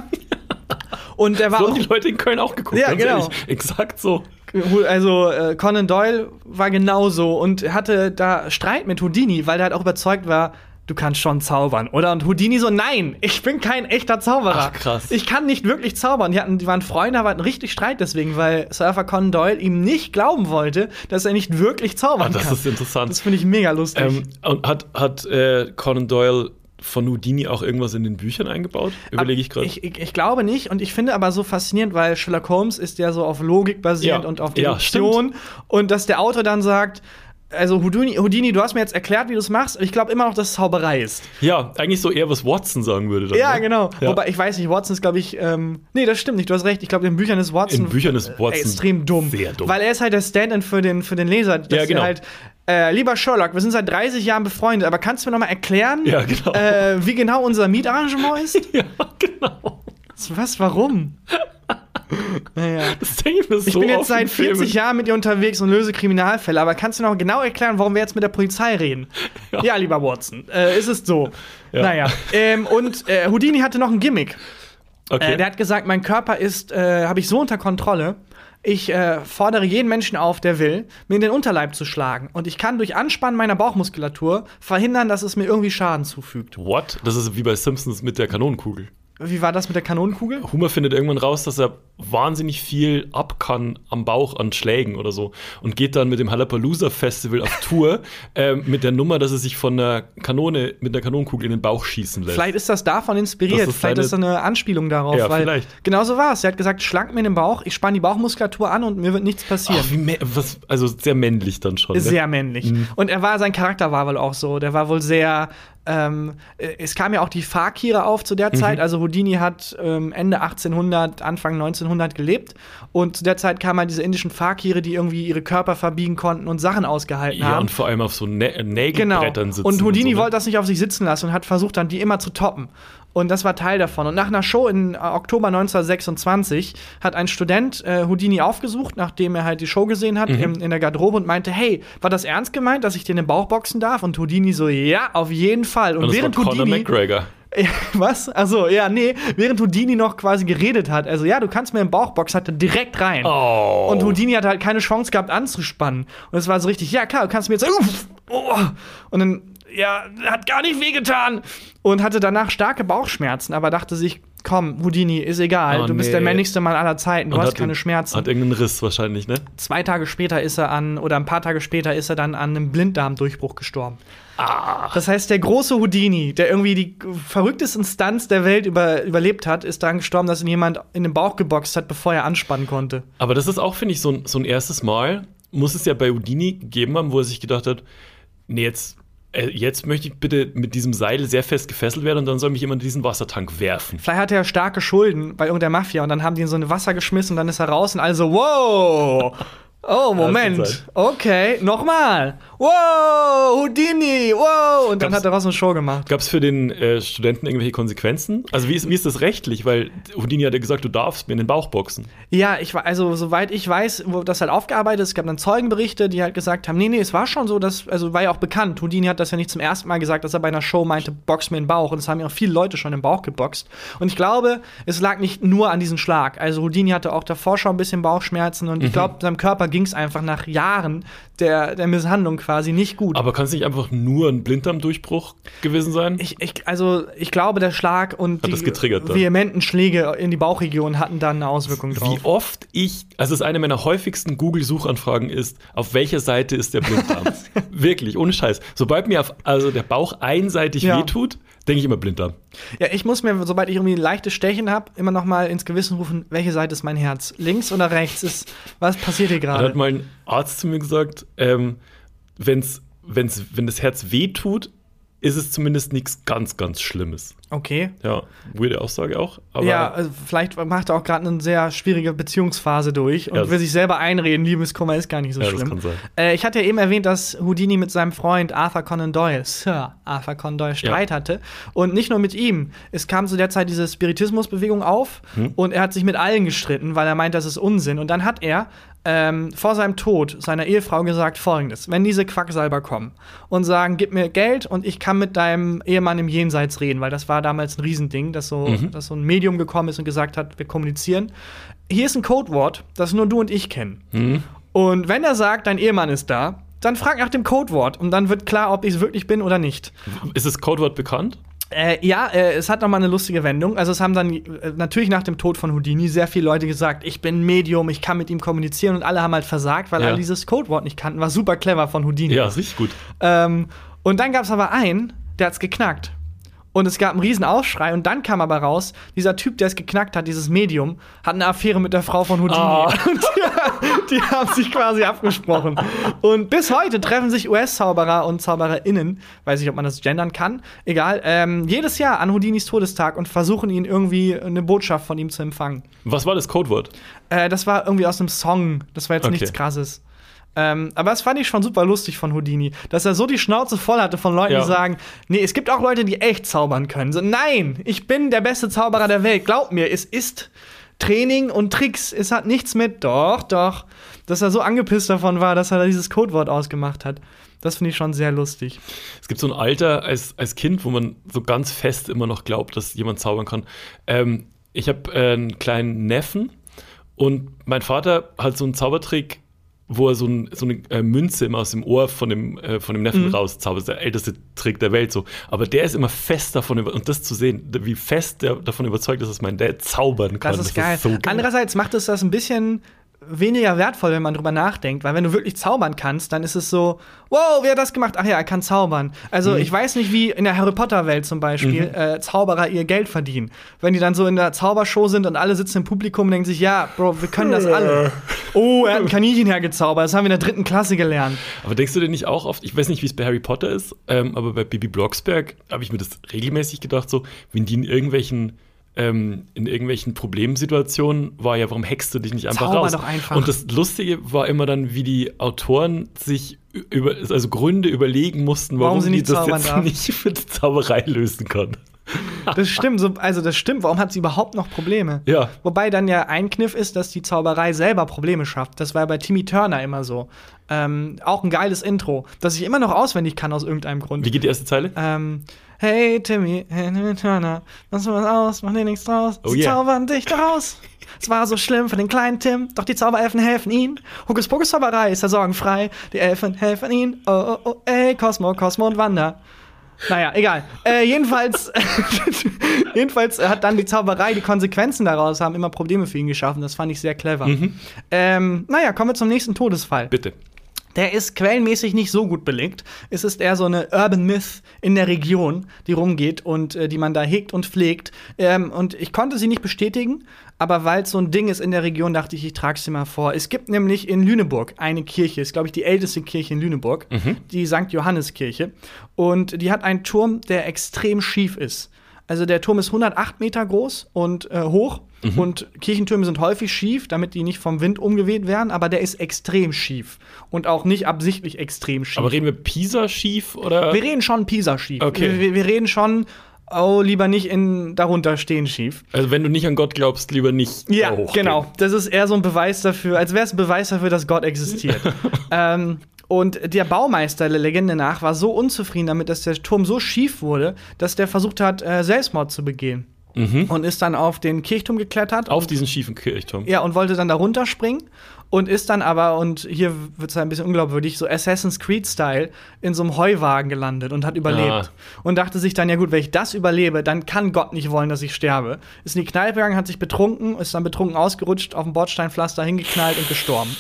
Und der war so auch haben die Leute in Köln auch geguckt. Ja, ganz genau. Ehrlich. Exakt so. Also äh, Conan Doyle war genauso und hatte da Streit mit Houdini, weil der halt auch überzeugt war, du kannst schon zaubern, oder? Und Houdini so, nein, ich bin kein echter Zauberer. Ach, krass. Ich kann nicht wirklich zaubern. Die, hatten, die waren Freunde, aber hatten richtig Streit deswegen, weil Sir Arthur Conan Doyle ihm nicht glauben wollte, dass er nicht wirklich zaubern Ah, das kann. Das ist interessant. Das finde ich mega lustig. Ähm, und hat, hat äh, Conan Doyle von Houdini auch irgendwas in den Büchern eingebaut? Überlege ich gerade. Ich, ich, ich glaube nicht. Und ich finde aber so faszinierend, weil Sherlock Holmes ist ja so auf Logik basierend Ja. und auf Ja, Deduktion. Und dass der Autor dann sagt, also Houdini, Houdini, du hast mir jetzt erklärt, wie du es machst. Ich glaube immer noch, dass es Zauberei ist. Ja, eigentlich so eher, was Watson sagen würde. Dann, Ja, ne? genau. Ja. Wobei, ich weiß nicht, Watson ist, glaube ich, ähm, nee, das stimmt nicht, du hast recht. Ich glaube, in den Büchern ist Watson, In Büchern ist Watson äh, extrem dumm. sehr dumm. Weil er ist halt der Stand-in für den, für den Leser. Dass Ja, genau. er halt, äh, lieber Sherlock, wir sind seit dreißig Jahren befreundet, aber kannst du mir noch mal erklären, Ja, genau. äh, wie genau unser Mietarrangement ist? Ja, genau. Was, warum? Naja. Das denke ich mir so Ich bin jetzt oft seit in Filmen. vierzig Jahren mit dir unterwegs und löse Kriminalfälle, aber kannst du noch genau erklären, warum wir jetzt mit der Polizei reden? Ja, Ja. lieber Watson, äh, ist es so. Ja. Naja. Ähm, und äh, Houdini hatte noch ein Gimmick. Okay. Äh, der hat gesagt, mein Körper ist, äh, habe ich so unter Kontrolle. Ich äh, fordere jeden Menschen auf, der will, mir in den Unterleib zu schlagen. Und ich kann durch Anspannen meiner Bauchmuskulatur verhindern, dass es mir irgendwie Schaden zufügt. What? Das ist wie bei Simpsons mit der Kanonenkugel. Wie war das mit der Kanonenkugel? Homer findet irgendwann raus, dass er wahnsinnig viel ab kann am Bauch an Schlägen oder so und geht dann mit dem Hallapalooza Festival auf Tour äh, mit der Nummer, dass er sich von einer Kanone mit einer Kanonenkugel in den Bauch schießen lässt. Vielleicht ist das davon inspiriert. Das ist vielleicht seine- ist das eine Anspielung darauf. Ja, weil vielleicht. Genau so war es. Er hat gesagt, schlag mir in den Bauch, ich spanne die Bauchmuskulatur an und mir wird nichts passieren. Ach, wie mä- was, also sehr männlich dann schon. Ne? Sehr männlich. Mhm. Und er war, sein Charakter war wohl auch so. Der war wohl sehr. Ähm, äh, es kam ja auch die Fakire auf zu der Mhm. Zeit. Also Houdini hat ähm, Ende achtzehnhundert, Anfang neunzehnhundert gelebt. Und zu der Zeit kamen halt diese indischen Fakire, die irgendwie ihre Körper verbiegen konnten und Sachen ausgehalten Ja, haben. und vor allem auf so Nä Genau. Nägelbrettern sitzen. Und Houdini so, ne? wollte das nicht auf sich sitzen lassen und hat versucht, dann die immer zu toppen. Und das war Teil davon. Und nach einer Show in äh, Oktober neunzehnhundertsechsundzwanzig hat ein Student äh, Houdini aufgesucht, nachdem er halt die Show gesehen hat, Mhm. in, in der Garderobe und meinte, hey, war das ernst gemeint, dass ich dir in den Bauch boxen darf? Und Houdini so, ja, auf jeden Fall. Und, Und das während war Conor Houdini McGregor. Was? Also ja, nee, während Houdini noch quasi geredet hat, also ja, du kannst mir im Bauch boxen, hat er direkt rein. Oh. Und Houdini hat halt keine Chance gehabt anzuspannen. Und es war so richtig, ja klar, du kannst mir jetzt, uff, oh. Und dann, ja, hat gar nicht wehgetan. Und hatte danach starke Bauchschmerzen, aber dachte sich, komm, Houdini, ist egal, oh, du bist nee. der männlichste Mann aller Zeiten, du Und hast keine den, Schmerzen. Hat irgendeinen Riss wahrscheinlich, ne? Zwei Tage später ist er an, oder ein paar Tage später ist er dann an einem Blinddarmdurchbruch gestorben. Ah. Das heißt, der große Houdini, der irgendwie die verrückteste Stunts der Welt über, überlebt hat, ist daran gestorben, dass ihn jemand in den Bauch geboxt hat, bevor er anspannen konnte. Aber das ist auch, finde ich, so ein, so ein erstes Mal, muss es ja bei Houdini gegeben haben, wo er sich gedacht hat, nee, jetzt, äh, jetzt möchte ich bitte mit diesem Seil sehr fest gefesselt werden und dann soll mich jemand in diesen Wassertank werfen. Vielleicht hatte er starke Schulden bei irgendeiner Mafia und dann haben die ihn so in Wasser geschmissen und dann ist er raus und alle so, wow! Oh, Moment. Okay, nochmal. Wow, Houdini, wow. Und dann gab's, hat er raus eine Show gemacht. Gab es für den äh, Studenten irgendwelche Konsequenzen? Also wie ist, wie ist das rechtlich? Weil Houdini hat ja gesagt, du darfst mir in den Bauch boxen. Ja, ich war, also soweit ich weiß, wurde das halt aufgearbeitet. Es gab dann Zeugenberichte, die halt gesagt haben, nee, nee, es war schon so, dass, also war ja auch bekannt. Houdini hat das ja nicht zum ersten Mal gesagt, dass er bei einer Show meinte, box mir in den Bauch. Und es haben ja auch viele Leute schon im Bauch geboxt. Und ich glaube, es lag nicht nur an diesem Schlag. Also Houdini hatte auch davor schon ein bisschen Bauchschmerzen und mhm. ich glaube, seinem Körper ging es einfach nach Jahren der, der Misshandlung quasi nicht gut. Aber kann es nicht einfach nur ein Blinddarmdurchbruch gewesen sein? Ich, ich, also ich glaube, der Schlag und Hat die das vehementen Schläge in die Bauchregion hatten dann eine Auswirkung drauf. Wie oft ich, also es ist eine meiner häufigsten Google-Suchanfragen ist, auf welcher Seite ist der Blinddarm? Wirklich, ohne Scheiß. Sobald mir auf, also der Bauch einseitig ja. wehtut, denke ich immer Blinddarm. Ja, ich muss mir, sobald ich irgendwie ein leichtes Stechen habe, immer noch mal ins Gewissen rufen, welche Seite ist mein Herz? Links oder rechts? Ist, was passiert hier gerade? Da hat mal ein Arzt zu mir gesagt, ähm, wenn's, wenn's, wenn das Herz wehtut, ist es zumindest nichts ganz, ganz Schlimmes. Okay. Ja, weirde Aussage auch. Aber ja, also vielleicht macht er auch gerade eine sehr schwierige Beziehungsphase durch und ja, will sich selber einreden, Liebeskummer ist gar nicht so ja, schlimm. Das kann sein. Äh, ich hatte ja eben erwähnt, dass Houdini mit seinem Freund Arthur Conan Doyle, Sir Arthur Conan Doyle, Streit ja. hatte. Und nicht nur mit ihm. Es kam zu der Zeit diese Spiritismusbewegung auf hm. und er hat sich mit allen gestritten, weil er meint, das ist Unsinn. Und dann hat er Ähm, vor seinem Tod seiner Ehefrau gesagt Folgendes: Wenn diese Quacksalber kommen und sagen, gib mir Geld und ich kann mit deinem Ehemann im Jenseits reden, weil das war damals ein Riesending, dass so, mhm. dass so ein Medium gekommen ist und gesagt hat, wir kommunizieren. Hier ist ein Codewort, das nur du und ich kennen. Mhm. Und wenn er sagt, dein Ehemann ist da, dann frag nach dem Codewort und dann wird klar, ob ich es wirklich bin oder nicht. Ist das Codewort bekannt? Äh, ja, äh, es hat noch mal eine lustige Wendung. Also es haben dann äh, natürlich nach dem Tod von Houdini sehr viele Leute gesagt, ich bin Medium, ich kann mit ihm kommunizieren und alle haben halt versagt, weil ja. alle dieses Codewort nicht kannten. War super clever von Houdini. Ja, richtig gut. Ähm, und dann gab es aber einen, der hat's geknackt. Und es gab einen riesen Aufschrei und dann kam aber raus, dieser Typ, der es geknackt hat, dieses Medium, hat eine Affäre mit der Frau von Houdini. Oh. Und die, die haben sich quasi abgesprochen. Und bis heute treffen sich U S-Zauberer und ZaubererInnen, weiß nicht, ob man das gendern kann, egal, ähm, jedes Jahr an Houdinis Todestag und versuchen ihn irgendwie eine Botschaft von ihm zu empfangen. Was war das Codewort? Äh, das war irgendwie aus einem Song, das war jetzt okay. nichts Krasses. Ähm, aber das fand ich schon super lustig von Houdini, dass er so die Schnauze voll hatte von Leuten, ja. die sagen, nee, es gibt auch Leute, die echt zaubern können. So, nein, ich bin der beste Zauberer der Welt. Glaub mir, es ist Training und Tricks. Es hat nichts mit, doch, doch. Dass er so angepisst davon war, dass er da dieses Codewort ausgemacht hat. Das finde ich schon sehr lustig. Es gibt so ein Alter als, als Kind, wo man so ganz fest immer noch glaubt, dass jemand zaubern kann. Ähm, ich habe äh, einen kleinen Neffen und mein Vater hat so einen Zaubertrick, wo er so, ein, so eine äh, Münze immer aus dem Ohr von dem, äh, von dem Neffen mhm. rauszaubert. Das ist der älteste Trick der Welt so. Aber der ist immer fest davon über und das zu sehen, wie fest der davon überzeugt ist, dass mein Dad zaubern kann. Das ist, das geil. ist so geil. Andererseits macht es das ein bisschen weniger wertvoll, wenn man drüber nachdenkt, weil wenn du wirklich zaubern kannst, dann ist es so, wow, wer hat das gemacht? Ach ja, er kann zaubern. Also mhm. ich weiß nicht, wie in der Harry Potter-Welt zum Beispiel mhm. äh, Zauberer ihr Geld verdienen. Wenn die dann so in der Zaubershow sind und alle sitzen im Publikum und denken sich, ja, Bro, wir können das alle. Oh, er hat ein Kaninchen hergezaubert, das haben wir in der dritten Klasse gelernt. Aber denkst du dir nicht auch oft, ich weiß nicht, wie es bei Harry Potter ist, ähm, aber bei Bibi Blocksberg habe ich mir das regelmäßig gedacht, so, wenn die in irgendwelchen Ähm, in irgendwelchen Problemsituationen war ja, warum hackst du dich nicht einfach Zauber raus? Doch einfach. Und das Lustige war immer dann, wie die Autoren sich über, also Gründe überlegen mussten, warum, warum sie nicht das jetzt darf. nicht für die Zauberei lösen können. Das stimmt, so, also das stimmt. Warum hat sie überhaupt noch Probleme? Ja. Wobei dann ja ein Kniff ist, dass die Zauberei selber Probleme schafft. Das war bei Timmy Turner immer so. Ähm, auch ein geiles Intro, das ich immer noch auswendig kann aus irgendeinem Grund. Wie geht die erste Zeile? Ähm, hey Timmy, hey Timmy Turner, machst du was aus, mach dir nichts draus. Oh Sie yeah. zaubern dich daraus. Es war so schlimm für den kleinen Tim, doch die Zauberelfen helfen ihm. Hokuspokus Zauberei ist er sorgenfrei. Die Elfen helfen ihm. Oh, oh, oh, ey, Cosmo, Cosmo und Wanda. Naja, egal. Äh, jedenfalls, jedenfalls hat dann die Zauberei, die Konsequenzen daraus haben immer Probleme für ihn geschaffen. Das fand ich sehr clever. Mhm. Ähm, naja, kommen wir zum nächsten Todesfall. Bitte. Der ist quellenmäßig nicht so gut belegt. Es ist eher so eine Urban Myth in der Region, die rumgeht und äh, die man da hegt und pflegt. Ähm, und ich konnte sie nicht bestätigen, aber weil es so ein Ding ist in der Region, dachte ich, ich trage es dir mal vor. Es gibt nämlich in Lüneburg eine Kirche, ist, glaube ich, die älteste Kirche in Lüneburg, mhm. die Sankt Johannes-Kirche. Und die hat einen Turm, der extrem schief ist. Also der Turm ist hundertacht Meter groß und äh, hoch. Mhm. Und Kirchentürme sind häufig schief, damit die nicht vom Wind umgeweht werden, aber der ist extrem schief. Und auch nicht absichtlich extrem schief. Aber reden wir Pisa schief oder? Wir reden schon Pisa schief. Okay. Wir, wir reden schon, oh, lieber nicht in darunter stehen schief. Also wenn du nicht an Gott glaubst, lieber nicht Ja, hoch genau. gehen. Das ist eher so ein Beweis dafür, als wäre es ein Beweis dafür, dass Gott existiert. ähm, Und der Baumeister der Legende nach war so unzufrieden damit, dass der Turm so schief wurde, dass der versucht hat, äh, Selbstmord zu begehen. Mhm. Und ist dann auf den Kirchturm geklettert. Auf diesen schiefen Kirchturm. Ja, und wollte dann da runterspringen. Und ist dann aber, und hier wird es ein bisschen unglaubwürdig, so Assassin's Creed-Style in so einem Heuwagen gelandet und hat überlebt. Ah. Und dachte sich dann, ja gut, wenn ich das überlebe, dann kann Gott nicht wollen, dass ich sterbe. Ist in die Kneipe gegangen, hat sich betrunken, ist dann betrunken ausgerutscht, auf dem Bordsteinpflaster hingeknallt und gestorben.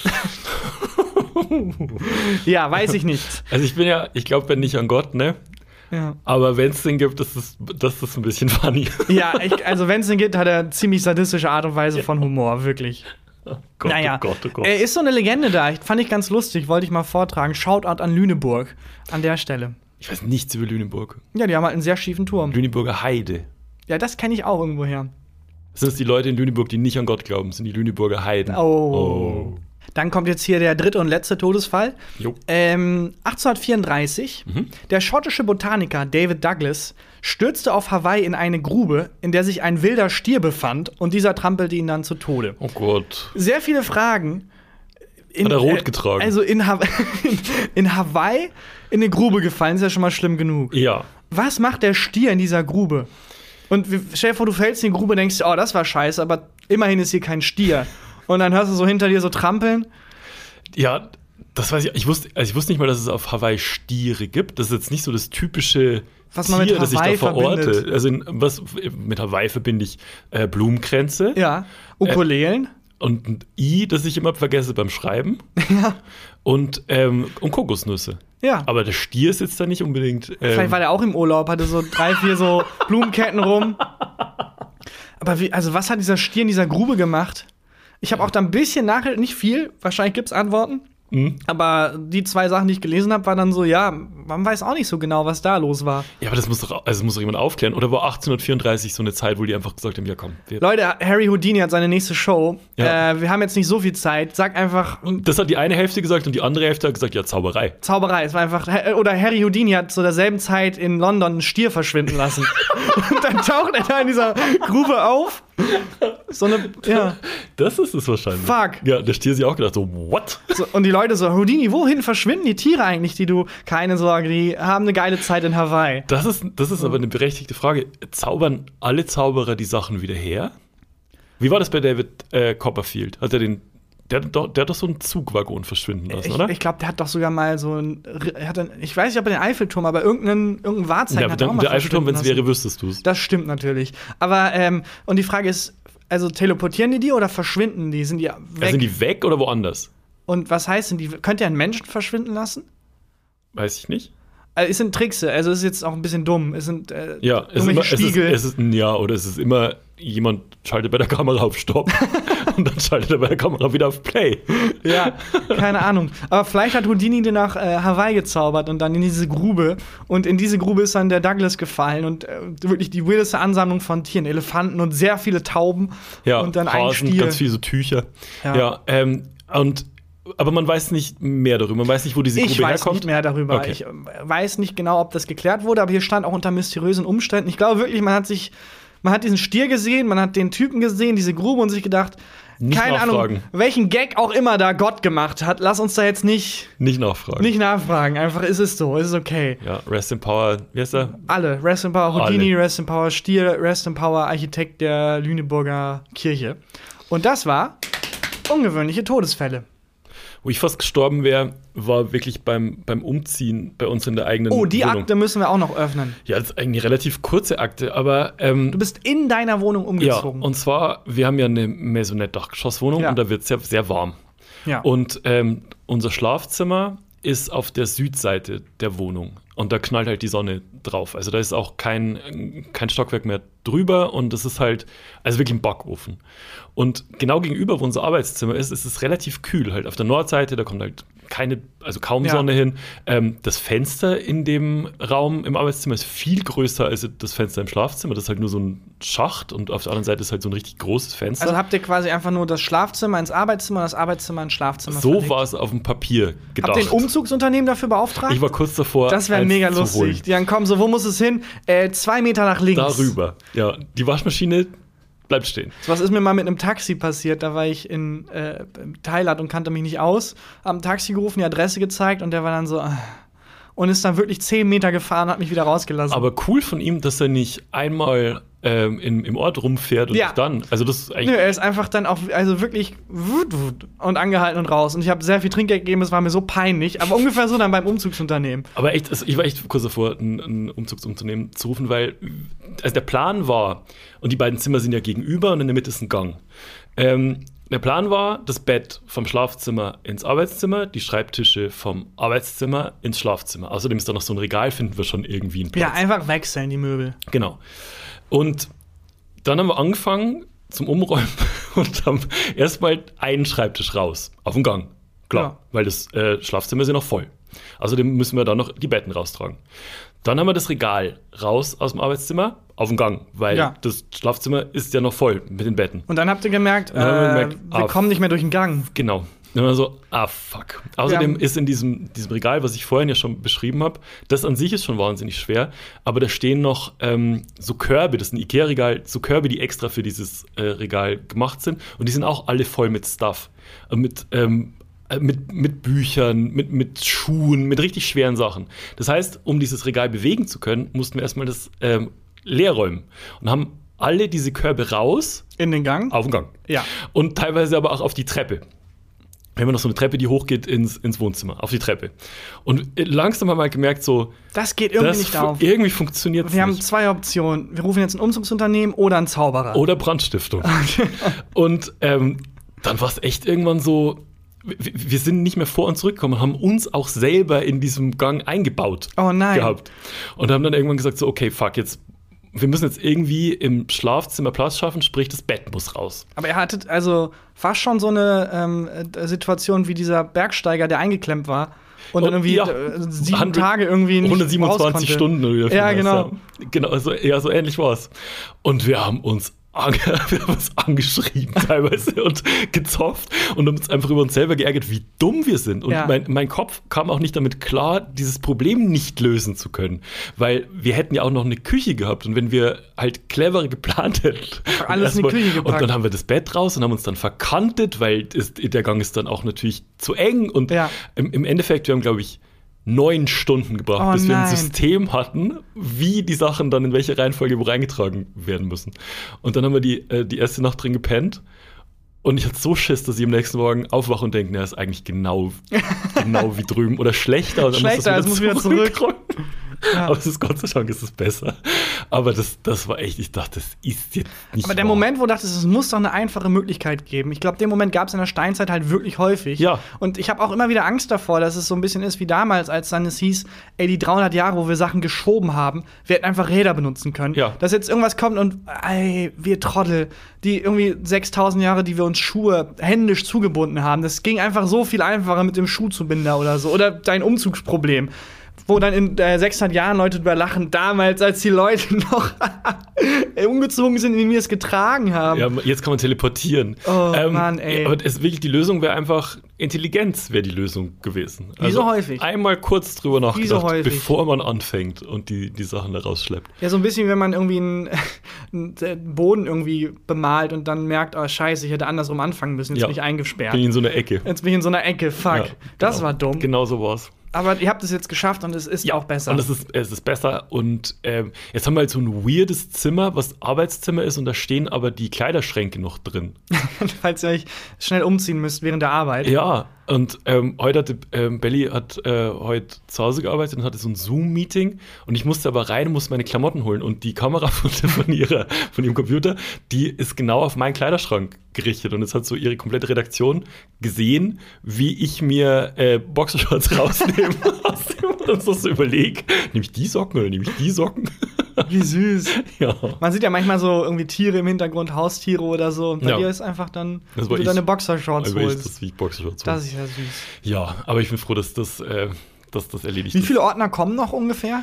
Ja, weiß ich nicht. Also ich bin ja, ich glaube ja nicht an Gott, ne? Ja. Aber wenn es den gibt, das ist das ist ein bisschen funny. Ja, ich, also wenn es den gibt, hat er ziemlich sadistische Art und Weise von Humor, wirklich. Oh Gott, naja, oh Gott, oh Gott. Äh, ist so eine Legende da. Ich, fand ich ganz lustig, wollte ich mal vortragen. Shoutout an Lüneburg an der Stelle. Ich weiß nichts über Lüneburg. Ja, die haben halt einen sehr schiefen Turm. Lüneburger Heide. Ja, das kenne ich auch irgendwoher. Sind das die Leute in Lüneburg, die nicht an Gott glauben? Sind die Lüneburger Heiden? Oh. oh. Dann kommt jetzt hier der dritte und letzte Todesfall. Jo. Ähm, achtzehnhundertvierunddreißig. Mhm. Der schottische Botaniker David Douglas stürzte auf Hawaii in eine Grube, in der sich ein wilder Stier befand, und dieser trampelte ihn dann zu Tode. Oh Gott. Sehr viele Fragen. In, Hat er rot getragen? Äh, also in, ha in Hawaii in eine Grube gefallen, ist ja schon mal schlimm genug. Ja. Was macht der Stier in dieser Grube? Und stell dir vor, du fällst in die Grube und denkst, oh, das war scheiße, aber immerhin ist hier kein Stier. Und dann hörst du so hinter dir so trampeln. Ja, das weiß ich. Ich wusste, also ich wusste nicht mal, dass es auf Hawaii Stiere gibt. Das ist jetzt nicht so das typische was man Tier, mit Hawaii das ich da verorte. verbindet. Also in, was, mit Hawaii verbinde ich äh, Blumenkränze. Ja, Ukulelen. Äh, und ein I, das ich immer vergesse beim Schreiben. Ja. Und, ähm, und Kokosnüsse. Ja. Aber der Stier sitzt da nicht unbedingt. Ähm Vielleicht war der auch im Urlaub, hatte so drei, vier so Blumenketten rum. Aber wie, also was hat dieser Stier in dieser Grube gemacht? Ich habe auch da ein bisschen nachher, nicht viel, wahrscheinlich gibt es Antworten. Mhm. Aber die zwei Sachen, die ich gelesen habe, waren dann so, ja, man weiß auch nicht so genau, was da los war. Ja, aber das muss doch, also das muss doch jemand aufklären. Oder war achtzehnhundertvierunddreißig so eine Zeit, wo die einfach gesagt haben, ja komm. Wir Leute, Harry Houdini hat seine nächste Show. Ja. Äh, wir haben jetzt nicht so viel Zeit. Sag einfach. Das hat die eine Hälfte gesagt und die andere Hälfte hat gesagt, ja, Zauberei. Zauberei. Es war einfach. Oder Harry Houdini hat zu derselben Zeit in London einen Stier verschwinden lassen. Und dann taucht er da in dieser Grube auf. So eine, ja. Das ist es wahrscheinlich. Fuck. Ja, der Stier sich auch gedacht, so, what? So, und die Leute so, Houdini, wohin verschwinden die Tiere eigentlich, die du, keine Sorge, die haben eine geile Zeit in Hawaii. Das ist, das ist aber eine berechtigte Frage. Zaubern alle Zauberer die Sachen wieder her? Wie war das bei David äh, Copperfield? Hat er den, der, der, der hat doch so einen Zugwaggon verschwinden lassen, ich, oder? Ich glaube, der hat doch sogar mal so ein, er hat einen, ich weiß nicht, ob er den Eiffelturm, aber irgendeinen, irgendein Wahrzeichen ja, hat er auch mal der Eiffelturm, wenn es lassen. wäre, wüsstest du es. Das stimmt natürlich. Aber, ähm, und die Frage ist, also teleportieren die die oder verschwinden die? Sind die weg? Ja, sind die weg oder woanders? Und was heißt denn die? Könnt ihr einen Menschen verschwinden lassen? Weiß ich nicht. Also, es sind Trickse, also es ist jetzt auch ein bisschen dumm. Es sind äh, ja, es ist immer, Spiegel. Es ist, es ist, ja, oder es ist immer, jemand schaltet bei der Kamera auf Stopp und dann schaltet er bei der Kamera wieder auf Play. Ja, keine Ahnung. Aber vielleicht hat Houdini den nach äh, Hawaii gezaubert und dann in diese Grube. Und in diese Grube ist dann der Douglas gefallen und äh, wirklich die weirdeste Ansammlung von Tieren. Elefanten und sehr viele Tauben. Ja, und dann Hasen, ein Stier. ganz viele so Tücher. Ja, ja ähm, und Aber man weiß nicht mehr darüber. Man weiß nicht, wo diese Grube herkommt. Ich weiß nicht mehr darüber. Okay. Ich weiß nicht genau, ob das geklärt wurde, aber hier stand auch unter mysteriösen Umständen. Ich glaube wirklich, man hat sich, man hat diesen Stier gesehen, man hat den Typen gesehen, diese Grube und sich gedacht, nicht keine nachfragen. Ahnung, welchen Gag auch immer da Gott gemacht hat. Lass uns da jetzt nicht nicht nachfragen. Nicht nachfragen. Einfach ist es so, ist es okay. Ja, Rest in Power. Wie heißt er? Alle. Rest in Power Houdini, Alle. Rest in Power Stier, Rest in Power Architekt der Lüneburger Kirche. Und das war ungewöhnliche Todesfälle. Wo ich fast gestorben wäre, war wirklich beim, beim Umziehen bei uns in der eigenen Oh, die Wohnung. Akte müssen wir auch noch öffnen. Ja, das ist eigentlich eine relativ kurze Akte, aber ähm, Du bist in deiner Wohnung umgezogen. Ja, und zwar, wir haben ja eine Maisonette-Dachgeschosswohnung Ja. und da wird es ja sehr warm. Ja. Und ähm, unser Schlafzimmer ist auf der Südseite der Wohnung und da knallt halt die Sonne drauf. Also da ist auch kein, kein Stockwerk mehr drüber und das ist halt, also wirklich ein Backofen. Und genau gegenüber, wo unser Arbeitszimmer ist, ist es relativ kühl. Halt auf der Nordseite, da kommt halt keine, also kaum Ja. Sonne hin. Ähm, das Fenster in dem Raum im Arbeitszimmer ist viel größer als das Fenster im Schlafzimmer. Das ist halt nur so ein Schacht und auf der anderen Seite ist halt so ein richtig großes Fenster. Also habt ihr quasi einfach nur das Schlafzimmer ins Arbeitszimmer, das Arbeitszimmer ins Schlafzimmer So verlegt? war es auf dem Papier gedacht. Habt ihr ein Umzugsunternehmen dafür beauftragt? Ich war kurz davor. Das wäre eins mega zu holen. lustig. Die dann kommen so, wo muss es hin? Äh, zwei Meter nach links. Darüber. Ja, die Waschmaschine bleibt stehen. So was ist mir mal mit einem Taxi passiert. Da war ich in äh, Thailand und kannte mich nicht aus. Hab ein Taxi gerufen, die Adresse gezeigt und der war dann so äh, und ist dann wirklich zehn Meter gefahren, hat mich wieder rausgelassen. Aber cool von ihm, dass er nicht einmal ähm, im, im Ort rumfährt und Ja. dann. Also das ist eigentlich. Nö, er ist einfach dann auch, also wirklich wut, wut und angehalten und raus. Und ich habe sehr viel Trinkgeld gegeben, es war mir so peinlich. Aber ungefähr so dann beim Umzugsunternehmen. Aber echt, also ich war echt kurz davor, ein, ein Umzugsunternehmen zu rufen, weil also der Plan war, und die beiden Zimmer sind ja gegenüber und in der Mitte ist ein Gang. Ähm, der Plan war, das Bett vom Schlafzimmer ins Arbeitszimmer, die Schreibtische vom Arbeitszimmer ins Schlafzimmer. Außerdem ist da noch so ein Regal, finden wir schon irgendwie einen Platz. Ja, einfach wechseln die Möbel. Genau. Und dann haben wir angefangen zum Umräumen und haben erstmal einen Schreibtisch raus, auf den Gang. Klar, Ja. weil das äh, Schlafzimmer ist ja noch voll. Außerdem müssen wir dann noch die Betten raustragen. Dann haben wir das Regal raus aus dem Arbeitszimmer, auf den Gang, weil Ja. das Schlafzimmer ist ja noch voll mit den Betten. Und dann habt ihr gemerkt, äh, Dann haben wir gemerkt, wir ah, kommen nicht mehr durch den Gang. Genau. Dann haben wir so, ah fuck. Außerdem haben- ist in diesem, diesem Regal, was ich vorhin ja schon beschrieben habe, das an sich ist schon wahnsinnig schwer, aber da stehen noch ähm, so Körbe, das ist ein Ikea-Regal, so Körbe, die extra für dieses äh, Regal gemacht sind und die sind auch alle voll mit Stuff. Äh, mit, ähm, äh, mit, mit Büchern, mit, mit Schuhen, mit richtig schweren Sachen. Das heißt, um dieses Regal bewegen zu können, mussten wir erstmal das ähm, leer räumen und haben alle diese Körbe raus In den Gang? auf den Gang. Ja. Und teilweise aber auch auf die Treppe. Wir haben noch so eine Treppe, die hochgeht ins, ins Wohnzimmer, auf die Treppe. Und langsam haben wir halt gemerkt, so, Das geht irgendwie das nicht fu- auf. irgendwie funktioniert es Wir haben nicht. zwei Optionen. Wir rufen jetzt ein Umzugsunternehmen oder einen Zauberer. Oder Brandstiftung. Und ähm, dann war es echt irgendwann so, wir, wir sind nicht mehr vor und zurückgekommen und haben uns auch selber in diesem Gang eingebaut Oh nein. gehabt. Und haben dann irgendwann gesagt, so, okay, fuck, jetzt, wir müssen jetzt irgendwie im Schlafzimmer Platz schaffen, sprich, das Bett muss raus. Aber ihr hattet also fast schon so eine ähm, äh, Situation wie dieser Bergsteiger, der eingeklemmt war und dann Und irgendwie ja, äh, sieben hundert Tage irgendwie nicht raus hundertsiebenundzwanzig konnte. Stunden oder wie viel Ja, das genau. ja. Genau, also, ja, so ähnlich war es. Und wir haben uns ange wir haben uns angeschrien teilweise und gezopft und haben uns einfach über uns selber geärgert, wie dumm wir sind. Und Ja. mein, mein Kopf kam auch nicht damit klar, dieses Problem nicht lösen zu können. Weil wir hätten ja auch noch eine Küche gehabt und wenn wir halt clever geplant hätten. Alles in die erstmal- Küche gepackt. Und dann haben wir das Bett raus und haben uns dann verkantet, weil es, der Gang ist dann auch natürlich zu eng. Und Ja. im, im Endeffekt, wir haben, glaube ich, neun Stunden gebraucht, Oh bis wir ein nein. System hatten, wie die Sachen dann in welche Reihenfolge wo reingetragen werden müssen. Und dann haben wir die, äh, die erste Nacht drin gepennt. Und ich hatte so Schiss, dass ich am nächsten Morgen aufwache und denke, na, ist eigentlich genau, genau wie drüben. Oder schlechter. Und dann Schlechter, es muss wieder zurück. Ja. Aber es ist Gott sei Dank ist es besser. Aber das, das war echt, ich dachte, das ist jetzt nicht Aber der wahr. Moment, wo du dachtest, es muss doch eine einfache Möglichkeit geben. Ich glaube, den Moment gab es in der Steinzeit halt wirklich häufig. Ja. Und ich habe auch immer wieder Angst davor, dass es so ein bisschen ist wie damals, als dann es hieß, ey, die dreihundert Jahre, wo wir Sachen geschoben haben, wir hätten einfach Räder benutzen können. Ja. Dass jetzt irgendwas kommt und, ey, wir Trottel, die irgendwie sechstausend Jahre, die wir uns Schuhe händisch zugebunden haben, das ging einfach so viel einfacher mit dem Schuhzubinder oder so. Oder dein Umzugsproblem. wo dann in äh, sechshundert Jahren Leute drüber lachen, damals, als die Leute noch umgezogen sind, wie wir es getragen haben. Ja, jetzt kann man teleportieren. Oh ähm, Mann, ey. Aber es, wirklich, die Lösung wäre einfach, Intelligenz wäre die Lösung gewesen. Wie also so häufig. Einmal kurz drüber nachgedacht, so bevor man anfängt und die, die Sachen da rausschleppt. Ja, so ein bisschen, wenn man irgendwie einen, einen Boden irgendwie bemalt und dann merkt, oh scheiße, ich hätte andersrum anfangen müssen, jetzt ja. bin ich eingesperrt. Bin ich in so einer Ecke. Jetzt bin ich in so einer Ecke, fuck. Ja, das genau. war dumm. Genau so war's. Aber ihr habt es jetzt geschafft und es ist ja, auch besser. Und es ist, es ist besser. Und ähm, jetzt haben wir halt so ein weirdes Zimmer, was Arbeitszimmer ist, und da stehen aber die Kleiderschränke noch drin. Falls ihr euch schnell umziehen müsst während der Arbeit. Ja, und ähm, heute hatte ähm, Belly hat äh, heute zu Hause gearbeitet und hatte so ein Zoom-Meeting. Und ich musste aber rein und musste meine Klamotten holen. Und die Kamera von, von, ihrer, von ihrem Computer, die ist genau auf meinen Kleiderschrank gerichtet. Und jetzt hat so ihre komplette Redaktion gesehen, wie ich mir äh, Boxershorts rausnehme. Und so überlege, nehme ich die Socken oder nehme ich die Socken? Wie süß. Ja. Man sieht ja manchmal so irgendwie Tiere im Hintergrund, Haustiere oder so. Und bei ja. dir ist einfach dann, das wie du ich. deine Boxershorts Aber holst. Ich, das, wie ich Boxershorts das ist ja süß. Ja, aber ich bin froh, dass das, äh, dass das erledigt ist. ist. Wie viele Ordner kommen noch ungefähr?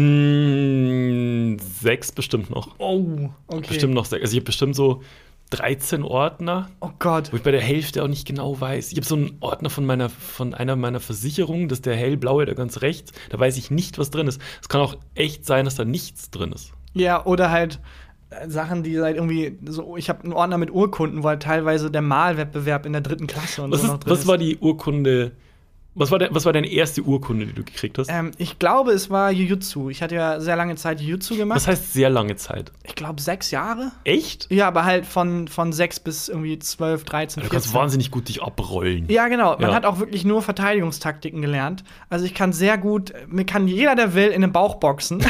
Mm, sechs bestimmt noch. Oh, okay. Bestimmt noch sechs. Also ich habe bestimmt so dreizehn Ordner. Oh Gott. Wo ich bei der Hälfte auch nicht genau weiß. Ich habe so einen Ordner von meiner, von einer meiner Versicherungen, das ist der hellblaue, da ganz rechts. Da weiß ich nicht, was drin ist. Es kann auch echt sein, dass da nichts drin ist. Ja, oder halt äh, Sachen, die halt irgendwie so, ich habe einen Ordner mit Urkunden, wo halt teilweise der Malwettbewerb in der dritten Klasse und was so ist, noch drin was ist. war die Urkunde? Was war, der, was war deine erste Urkunde, die du gekriegt hast? Ähm, ich glaube, es war Jujutsu. Ich hatte ja sehr lange Zeit Jujutsu gemacht. Was heißt sehr lange Zeit? Ich glaube, sechs Jahre. Echt? Ja, aber halt von, von sechs bis irgendwie zwölf, dreizehn, Du vierzehn. kannst wahnsinnig gut dich abrollen. Ja, genau. Man Ja. hat auch wirklich nur Verteidigungstaktiken gelernt. Also ich kann sehr gut, mir kann jeder, der will, in den Bauch boxen.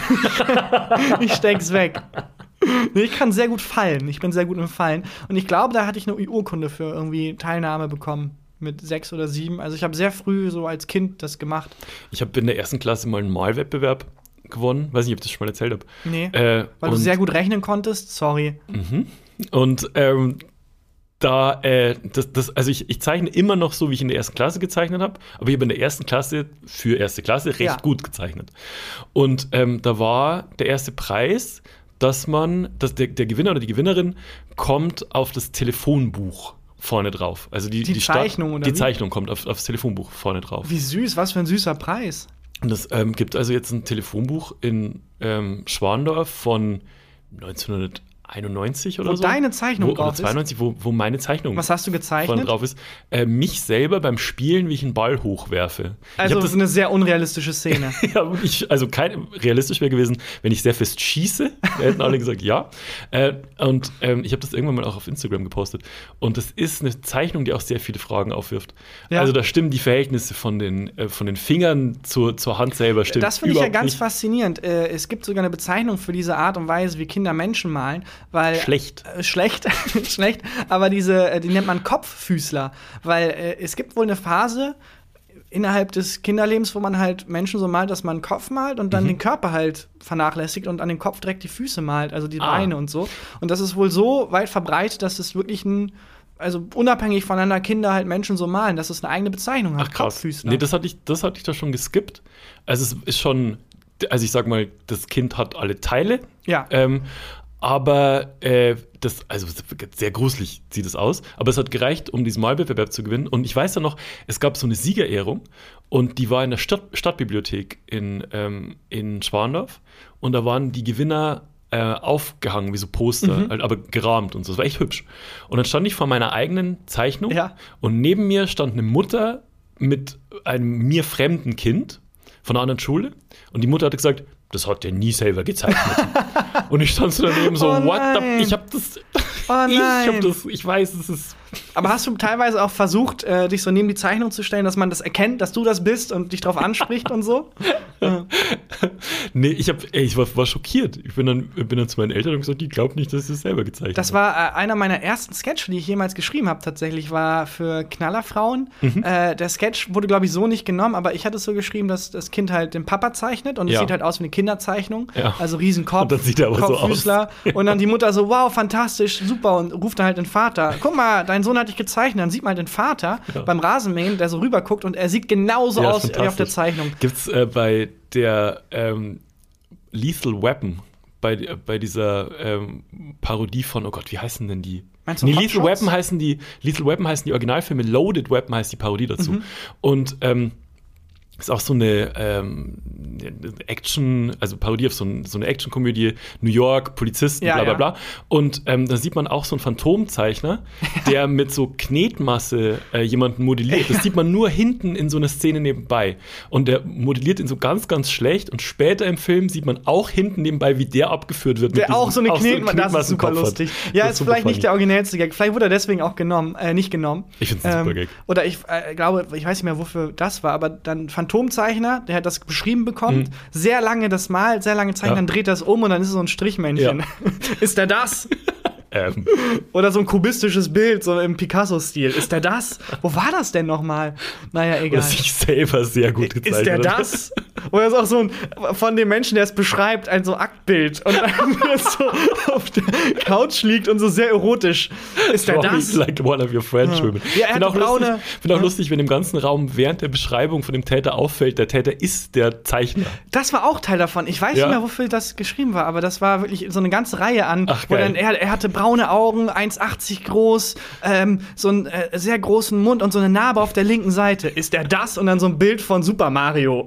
Ich steck's weg. Nee, ich kann sehr gut fallen. Ich bin sehr gut im Fallen. Und ich glaube, da hatte ich eine Urkunde für irgendwie Teilnahme bekommen. Mit sechs oder sieben. Also ich habe sehr früh so als Kind das gemacht. Ich habe in der ersten Klasse mal einen Malwettbewerb gewonnen. Weiß nicht, ob ich das schon mal erzählt habe. Nee, äh, weil du sehr gut rechnen konntest. Sorry. Mhm. Und ähm, da, äh, das, das, also ich, ich zeichne immer noch so, wie ich in der ersten Klasse gezeichnet habe, aber ich habe in der ersten Klasse für erste Klasse recht Ja. gut gezeichnet. Und ähm, da war der erste Preis, dass man, dass der, der Gewinner oder die Gewinnerin kommt auf das Telefonbuch vorne drauf. Also die, Die die Zeichnung, Stadt, oder Die wie? Zeichnung kommt auf, aufs Telefonbuch vorne drauf. Wie süß, was für ein süßer Preis. Und das ähm, gibt also jetzt ein Telefonbuch in ähm, Schwandorf von neunzehnhunderteinundneunzig oder Wo so. deine Zeichnung wo, drauf oder zweiundneunzig, wo, wo meine Zeichnung Was hast du vorne gezeichnet? drauf ist. Äh, mich selber beim Spielen, wie ich einen Ball hochwerfe. Also ich das ist eine sehr unrealistische Szene. ja, ich, also kein, realistisch wäre gewesen, wenn ich sehr fest schieße. Da hätten alle gesagt, ja. Äh, und ähm, ich habe das irgendwann mal auch auf Instagram gepostet. Und das ist eine Zeichnung, die auch sehr viele Fragen aufwirft. Ja. Also da stimmen die Verhältnisse von den, äh, von den Fingern zur, zur Hand selber stimmen. Das finde ich ja überhaupt ganz nicht. faszinierend. Äh, es gibt sogar eine Bezeichnung für diese Art und Weise, wie Kinder Menschen malen, weil Schlecht. Äh, schlecht, schlecht, aber diese, äh, die nennt man Kopffüßler, weil äh, es gibt wohl eine Phase innerhalb des Kinderlebens, wo man halt Menschen so malt, dass man einen Kopf malt und dann Mhm. den Körper halt vernachlässigt und an den Kopf direkt die Füße malt, also die Ah. Beine und so. Und das ist wohl so weit verbreitet, dass es wirklich ein, also unabhängig voneinander Kinder halt Menschen so malen, dass es eine eigene Bezeichnung hat. Ach krass. Kopffüßler. Nee, das hatte ich, das hatte ich da schon geskippt. Also es ist schon, also ich sag mal, das Kind hat alle Teile. Ja. Ähm, aber äh, das, also sehr gruselig sieht es aus. Aber es hat gereicht, um diesen Malwettbewerb zu gewinnen. Und ich weiß ja noch, es gab so eine Siegerehrung und die war in der Stadt, Stadtbibliothek in, ähm, in Schwandorf. Und da waren die Gewinner äh, aufgehangen, wie so Poster, Mhm. halt, aber gerahmt und so. Das war echt hübsch. Und dann stand ich vor meiner eigenen Zeichnung Ja. und neben mir stand eine Mutter mit einem mir fremden Kind von einer anderen Schule. Und die Mutter hatte gesagt, das hat der nie selber gezeichnet. Und ich stand so daneben so, Oh what the, nein. ich hab das, Oh ich nein. hab das, ich weiß, es ist, Aber hast du teilweise auch versucht, äh, dich so neben die Zeichnung zu stellen, dass man das erkennt, dass du das bist und dich drauf anspricht und so? Ja. nee, ich hab, ey, ich war, war schockiert. Ich bin dann, bin dann zu meinen Eltern und gesagt, die glaubt nicht, dass ich das selber gezeichnet Das war äh, einer meiner ersten Sketche, die ich jemals geschrieben habe, tatsächlich, war für Knallerfrauen. Mhm. Äh, der Sketch wurde, glaube ich, so nicht genommen, aber ich hatte es so geschrieben, dass das Kind halt den Papa zeichnet und es Ja. sieht halt aus wie eine Kinderzeichnung. Ja. Also Riesenkopf, Und dann sieht er aber so Kopffüßler. Und dann die Mutter so, wow, fantastisch, super, und ruft dann halt den Vater. Guck mal, dein Sohn hat dich gezeichnet. Dann sieht man den Vater Ja. beim Rasenmähen, der so rüberguckt und er sieht genauso Ja, aus ist wie auf der fantastisch. Zeichnung. Gibt's äh, bei der ähm, Lethal Weapon bei, bei dieser ähm, Parodie von, oh Gott, wie heißen denn die? Meinst du nee, Hot Lethal Shots? Weapon heißen die, Lethal Weapon heißen die Originalfilme, Loaded Weapon heißt die Parodie dazu. Mhm. Und ähm, ist auch so eine ähm, Action, also Parodie auf so, ein, so eine Actionkomödie, New York, Polizisten, ja, bla bla ja. bla. Und ähm, da sieht man auch so einen Phantomzeichner, der mit so Knetmasse äh, jemanden modelliert. Das sieht man nur hinten in so einer Szene nebenbei. Und der modelliert ihn so ganz, ganz schlecht. Und später im Film sieht man auch hinten nebenbei, wie der abgeführt wird. Der auch so eine Knetmasse, das ist super Knetmassen-Kopf hat. lustig. Ja, ist, ist vielleicht funny. Nicht der originellste Gag. Vielleicht wurde er deswegen auch genommen, äh, nicht genommen. Ich finde es ein ähm, super Gag. Oder ich äh, glaube, ich weiß nicht mehr, wofür das war, aber dann Phantomzeichner, der hat das beschrieben bekommt, mhm. sehr lange das Mal, sehr lange zeichnen, ja. dann dreht das um und dann ist es so ein Strichmännchen. Ja. Ist der das? Ähm. Oder so ein kubistisches Bild, so im Picasso-Stil. Ist der das? Wo war das denn nochmal? Naja, egal. Oder sich selber sehr gut gezeichnet. Ist der das? Oder ist auch so ein, von dem Menschen, der es beschreibt, ein so Aktbild. Und dann so auf der Couch liegt und so sehr erotisch. Ist der das? Like one of your French ja. women. Ja, er finde auch, braune, lustig, find auch ja. lustig, wenn im ganzen Raum während der Beschreibung von dem Täter auffällt, der Täter ist der Zeichner. Das war auch Teil davon. Ich weiß ja. nicht mehr, wofür das geschrieben war, aber das war wirklich so eine ganze Reihe an. Ach, wo dann er, er hatte braune Augen, eins achtzig groß, ähm, so einen äh, sehr großen Mund und so eine Narbe auf der linken Seite. Ist er das? Und dann so ein Bild von Super Mario.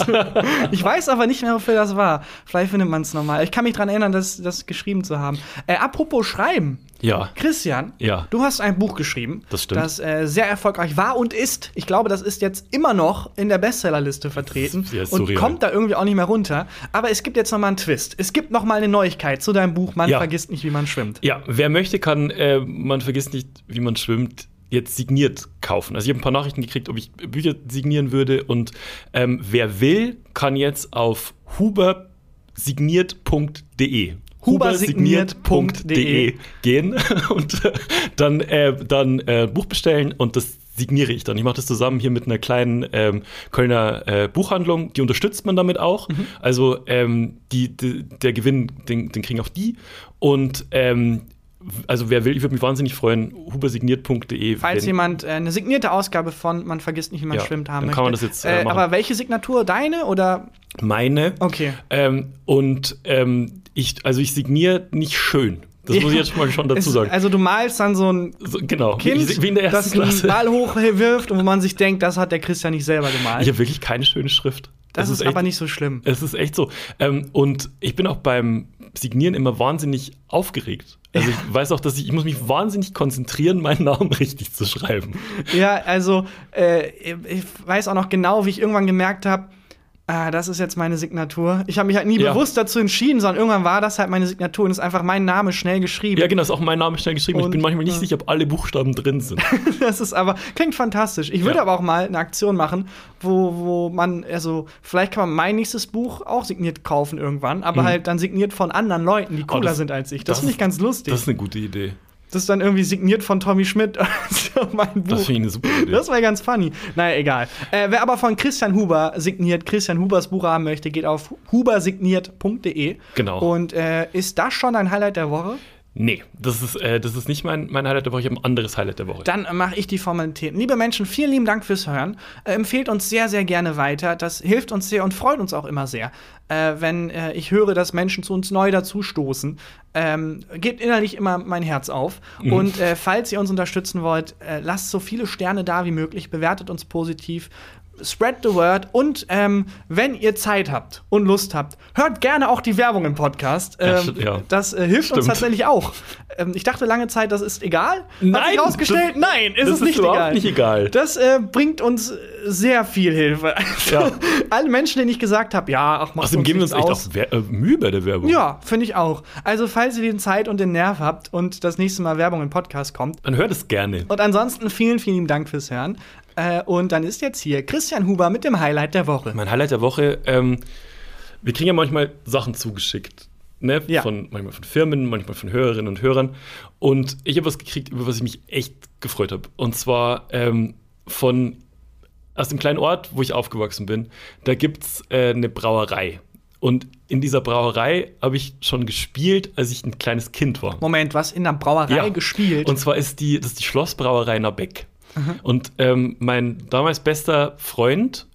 Ich weiß aber nicht mehr, wofür das war. Vielleicht findet man es nochmal. Ich kann mich daran erinnern, das, das geschrieben zu haben. Äh, apropos Schreiben. Ja. Christian, ja. du hast ein Buch geschrieben, das, stimmt. das äh, sehr erfolgreich war und ist. Ich glaube, das ist jetzt immer noch in der Bestsellerliste vertreten und surreal. Kommt da irgendwie auch nicht mehr runter. Aber es gibt jetzt noch mal einen Twist. Es gibt noch mal eine Neuigkeit zu deinem Buch Man ja. vergisst nicht, wie man schwimmt. Ja, wer möchte, kann äh, Man vergisst nicht, wie man schwimmt, jetzt signiert kaufen. Also ich habe ein paar Nachrichten gekriegt, ob ich Bücher signieren würde. Und ähm, wer will, kann jetzt auf huber signiert punkt de huber signiert punkt de gehen und äh, dann, äh, dann äh, Buch bestellen und das signiere ich dann. Ich mache das zusammen hier mit einer kleinen ähm, Kölner äh, Buchhandlung, die unterstützt man damit auch. Mhm. Also ähm, die, die, der Gewinn, den, den kriegen auch die. Und ähm, also wer will, ich würde mich wahnsinnig freuen, huber signiert punkt de. Falls wenn, jemand äh, eine signierte Ausgabe von Man vergisst nicht, wie man ja, schwimmt haben dann möchte. Kann man das jetzt, äh, äh, aber welche Signatur? Deine oder? Meine. Okay. Ähm, und ähm, ich, also ich signiere nicht schön. Das ja. muss ich jetzt mal schon dazu sagen. Also du malst dann so ein so, genau. Kind, wie in der ersten das Klasse. einen Ball hochwirft und wo man sich denkt, das hat der Christian nicht selber gemalt. Ich habe wirklich keine schöne Schrift. Das, das ist, ist echt, aber nicht so schlimm. Es ist echt so. Ähm, und ich bin auch beim Signieren immer wahnsinnig aufgeregt. Also ich weiß auch, dass ich, ich muss mich wahnsinnig konzentrieren, meinen Namen richtig zu schreiben. Ja, also äh, ich weiß auch noch genau, wie ich irgendwann gemerkt habe, ah, das ist jetzt meine Signatur. Ich habe mich halt nie ja. bewusst dazu entschieden, sondern irgendwann war das halt meine Signatur und ist einfach mein Name schnell geschrieben. Ja, genau, ist auch mein Name schnell geschrieben. Und ich bin manchmal nicht ja. sicher, ob alle Buchstaben drin sind. Das ist aber, klingt fantastisch. Ich würde ja. aber auch mal eine Aktion machen, wo, wo man, also vielleicht kann man mein nächstes Buch auch signiert kaufen irgendwann, aber mhm. halt dann signiert von anderen Leuten, die cooler oh, das, sind als ich. Das, das finde ich ganz lustig. Das ist eine gute Idee. Das ist dann irgendwie signiert von Tommy Schmidt. Mein Buch. Das finde ich eine super Idee. Das wäre ganz funny. Naja, egal. Äh, wer aber von Christian Huber signiert, Christian Hubers Buch haben möchte, geht auf huber signiert punkt de. Genau. Und äh, ist das schon ein Highlight der Woche? Nee, das ist, äh, das ist nicht mein, mein Highlight der Woche, ich habe ein anderes Highlight der Woche. Dann äh, mache ich die Formalitäten. Liebe Menschen, vielen lieben Dank fürs Hören. Äh, empfehlt uns sehr, sehr gerne weiter. Das hilft uns sehr und freut uns auch immer sehr, äh, wenn äh, ich höre, dass Menschen zu uns neu dazustoßen. Ähm, gebt innerlich immer mein Herz auf. Mhm. Und äh, falls ihr uns unterstützen wollt, äh, lasst so viele Sterne da wie möglich, bewertet uns positiv. Spread the word und ähm, wenn ihr Zeit habt und Lust habt, hört gerne auch die Werbung im Podcast. Ähm, ja, ja. Das äh, hilft Stimmt. uns tatsächlich auch. Ähm, ich dachte lange Zeit, das ist egal. Nein, hat sich rausgestellt, das, nein, ist das es nicht ist überhaupt egal. nicht egal. Das äh, bringt uns sehr viel Hilfe. Also, ja. Alle Menschen, denen ich gesagt habe, ja, ach, macht Außerdem uns geben wir uns echt aus. auch äh, Mühe bei der Werbung. Ja, finde ich auch. Also falls ihr die Zeit und den Nerv habt und das nächste Mal Werbung im Podcast kommt, dann hört es gerne. Und ansonsten vielen, vielen Dank fürs Hören. Äh, und dann ist jetzt hier Christian Huber mit dem Highlight der Woche. Mein Highlight der Woche, ähm, wir kriegen ja manchmal Sachen zugeschickt. Ne? Ja. Von, manchmal von Firmen, manchmal von Hörerinnen und Hörern. Und ich habe was gekriegt, über was ich mich echt gefreut habe. Und zwar ähm, von aus dem kleinen Ort, wo ich aufgewachsen bin. Da gibt's äh, eine Brauerei. Und in dieser Brauerei habe ich schon gespielt, als ich ein kleines Kind war. Moment, was? In der Brauerei ja. gespielt? Und zwar ist die, das ist die Schlossbrauerei Nabeck. Mhm. Und ähm, mein damals bester Freund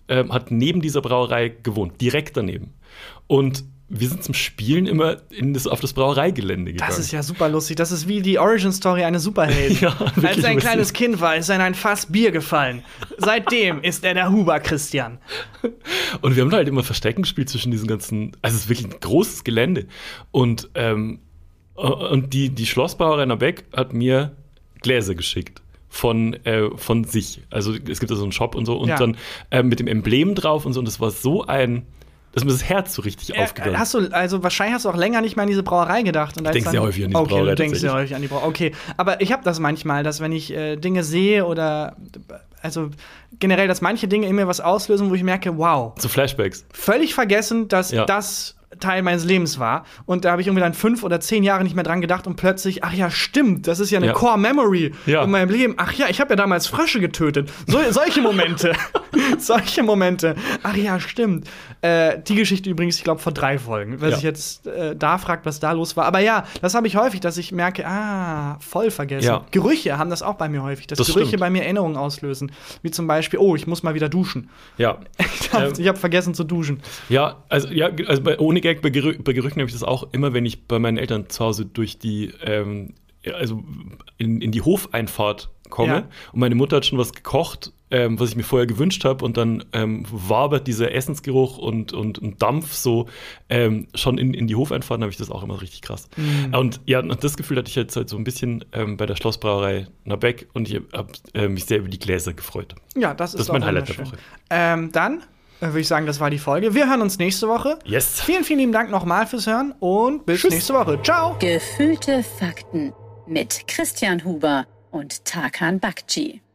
ähm, hat neben dieser Brauerei gewohnt, direkt daneben. Und wir sind zum Spielen immer in das, auf das Brauereigelände gegangen. Das ist ja super lustig. Das ist wie die Origin-Story eines Superhelden. Ja, Als er ein kleines Kind war, ist er in ein Fass Bier gefallen. Seitdem ist er der Huber-Christian. Und wir haben halt immer Verstecken gespielt zwischen diesen ganzen, also es ist wirklich ein großes Gelände. Und, ähm, und die, die Schlossbrauerei Nabeck hat mir Gläser geschickt. Von, äh, von sich. Also es gibt da so einen Shop und so. Und ja. dann äh, mit dem Emblem drauf und so. Und das war so ein, dass mir das Herz so richtig äh, aufgegangen ist. Hast du, also wahrscheinlich hast du auch länger nicht mehr an diese Brauerei gedacht. Und ich denke sehr häufig an diese okay, Brauerei. Du denkst sehr häufig an die Brauerei. Okay, aber ich habe das manchmal, dass wenn ich äh, Dinge sehe oder also generell, dass manche Dinge in mir was auslösen, wo ich merke, wow. So Flashbacks. Völlig vergessen, dass ja. das Teil meines Lebens war. Und da habe ich irgendwie dann fünf oder zehn Jahre nicht mehr dran gedacht und plötzlich, ach ja, stimmt, das ist ja eine ja. Core-Memory ja. in meinem Leben. Ach ja, ich habe ja damals Frösche getötet. So, solche Momente. solche Momente. Ach ja, stimmt. Äh, die Geschichte übrigens, ich glaube, vor drei Folgen. Wer ja. sich jetzt äh, da fragt, was da los war. Aber ja, das habe ich häufig, dass ich merke, ah, voll vergessen. Ja. Gerüche haben das auch bei mir häufig, dass das Gerüche stimmt. bei mir Erinnerungen auslösen. Wie zum Beispiel, oh, ich muss mal wieder duschen. Ja. ich habe ähm, hab vergessen zu duschen. Ja, also, ja, also bei, ohne Gag, bei, Gerü- bei Gerüchen habe ich das auch immer, wenn ich bei meinen Eltern zu Hause durch die, ähm, also in, in die Hofeinfahrt komme Ja. und meine Mutter hat schon was gekocht, ähm, was ich mir vorher gewünscht habe und dann ähm, wabert dieser Essensgeruch und, und, und Dampf so ähm, schon in, in die Hofeinfahrt, habe ich das auch immer richtig krass. Mhm. Und ja, und das Gefühl hatte ich jetzt halt so ein bisschen ähm, bei der Schlossbrauerei Nabeck und ich habe äh, mich sehr über die Gläser gefreut. Ja, das ist, das ist mein Highlight der Woche. Ähm, dann würde ich sagen, das war die Folge. Wir hören uns nächste Woche. Yes. Vielen, vielen lieben Dank nochmal fürs Hören und bis Tschüss. nächste Woche. Ciao. Gefühlte Fakten mit Christian Huber und Tarkan Bakci.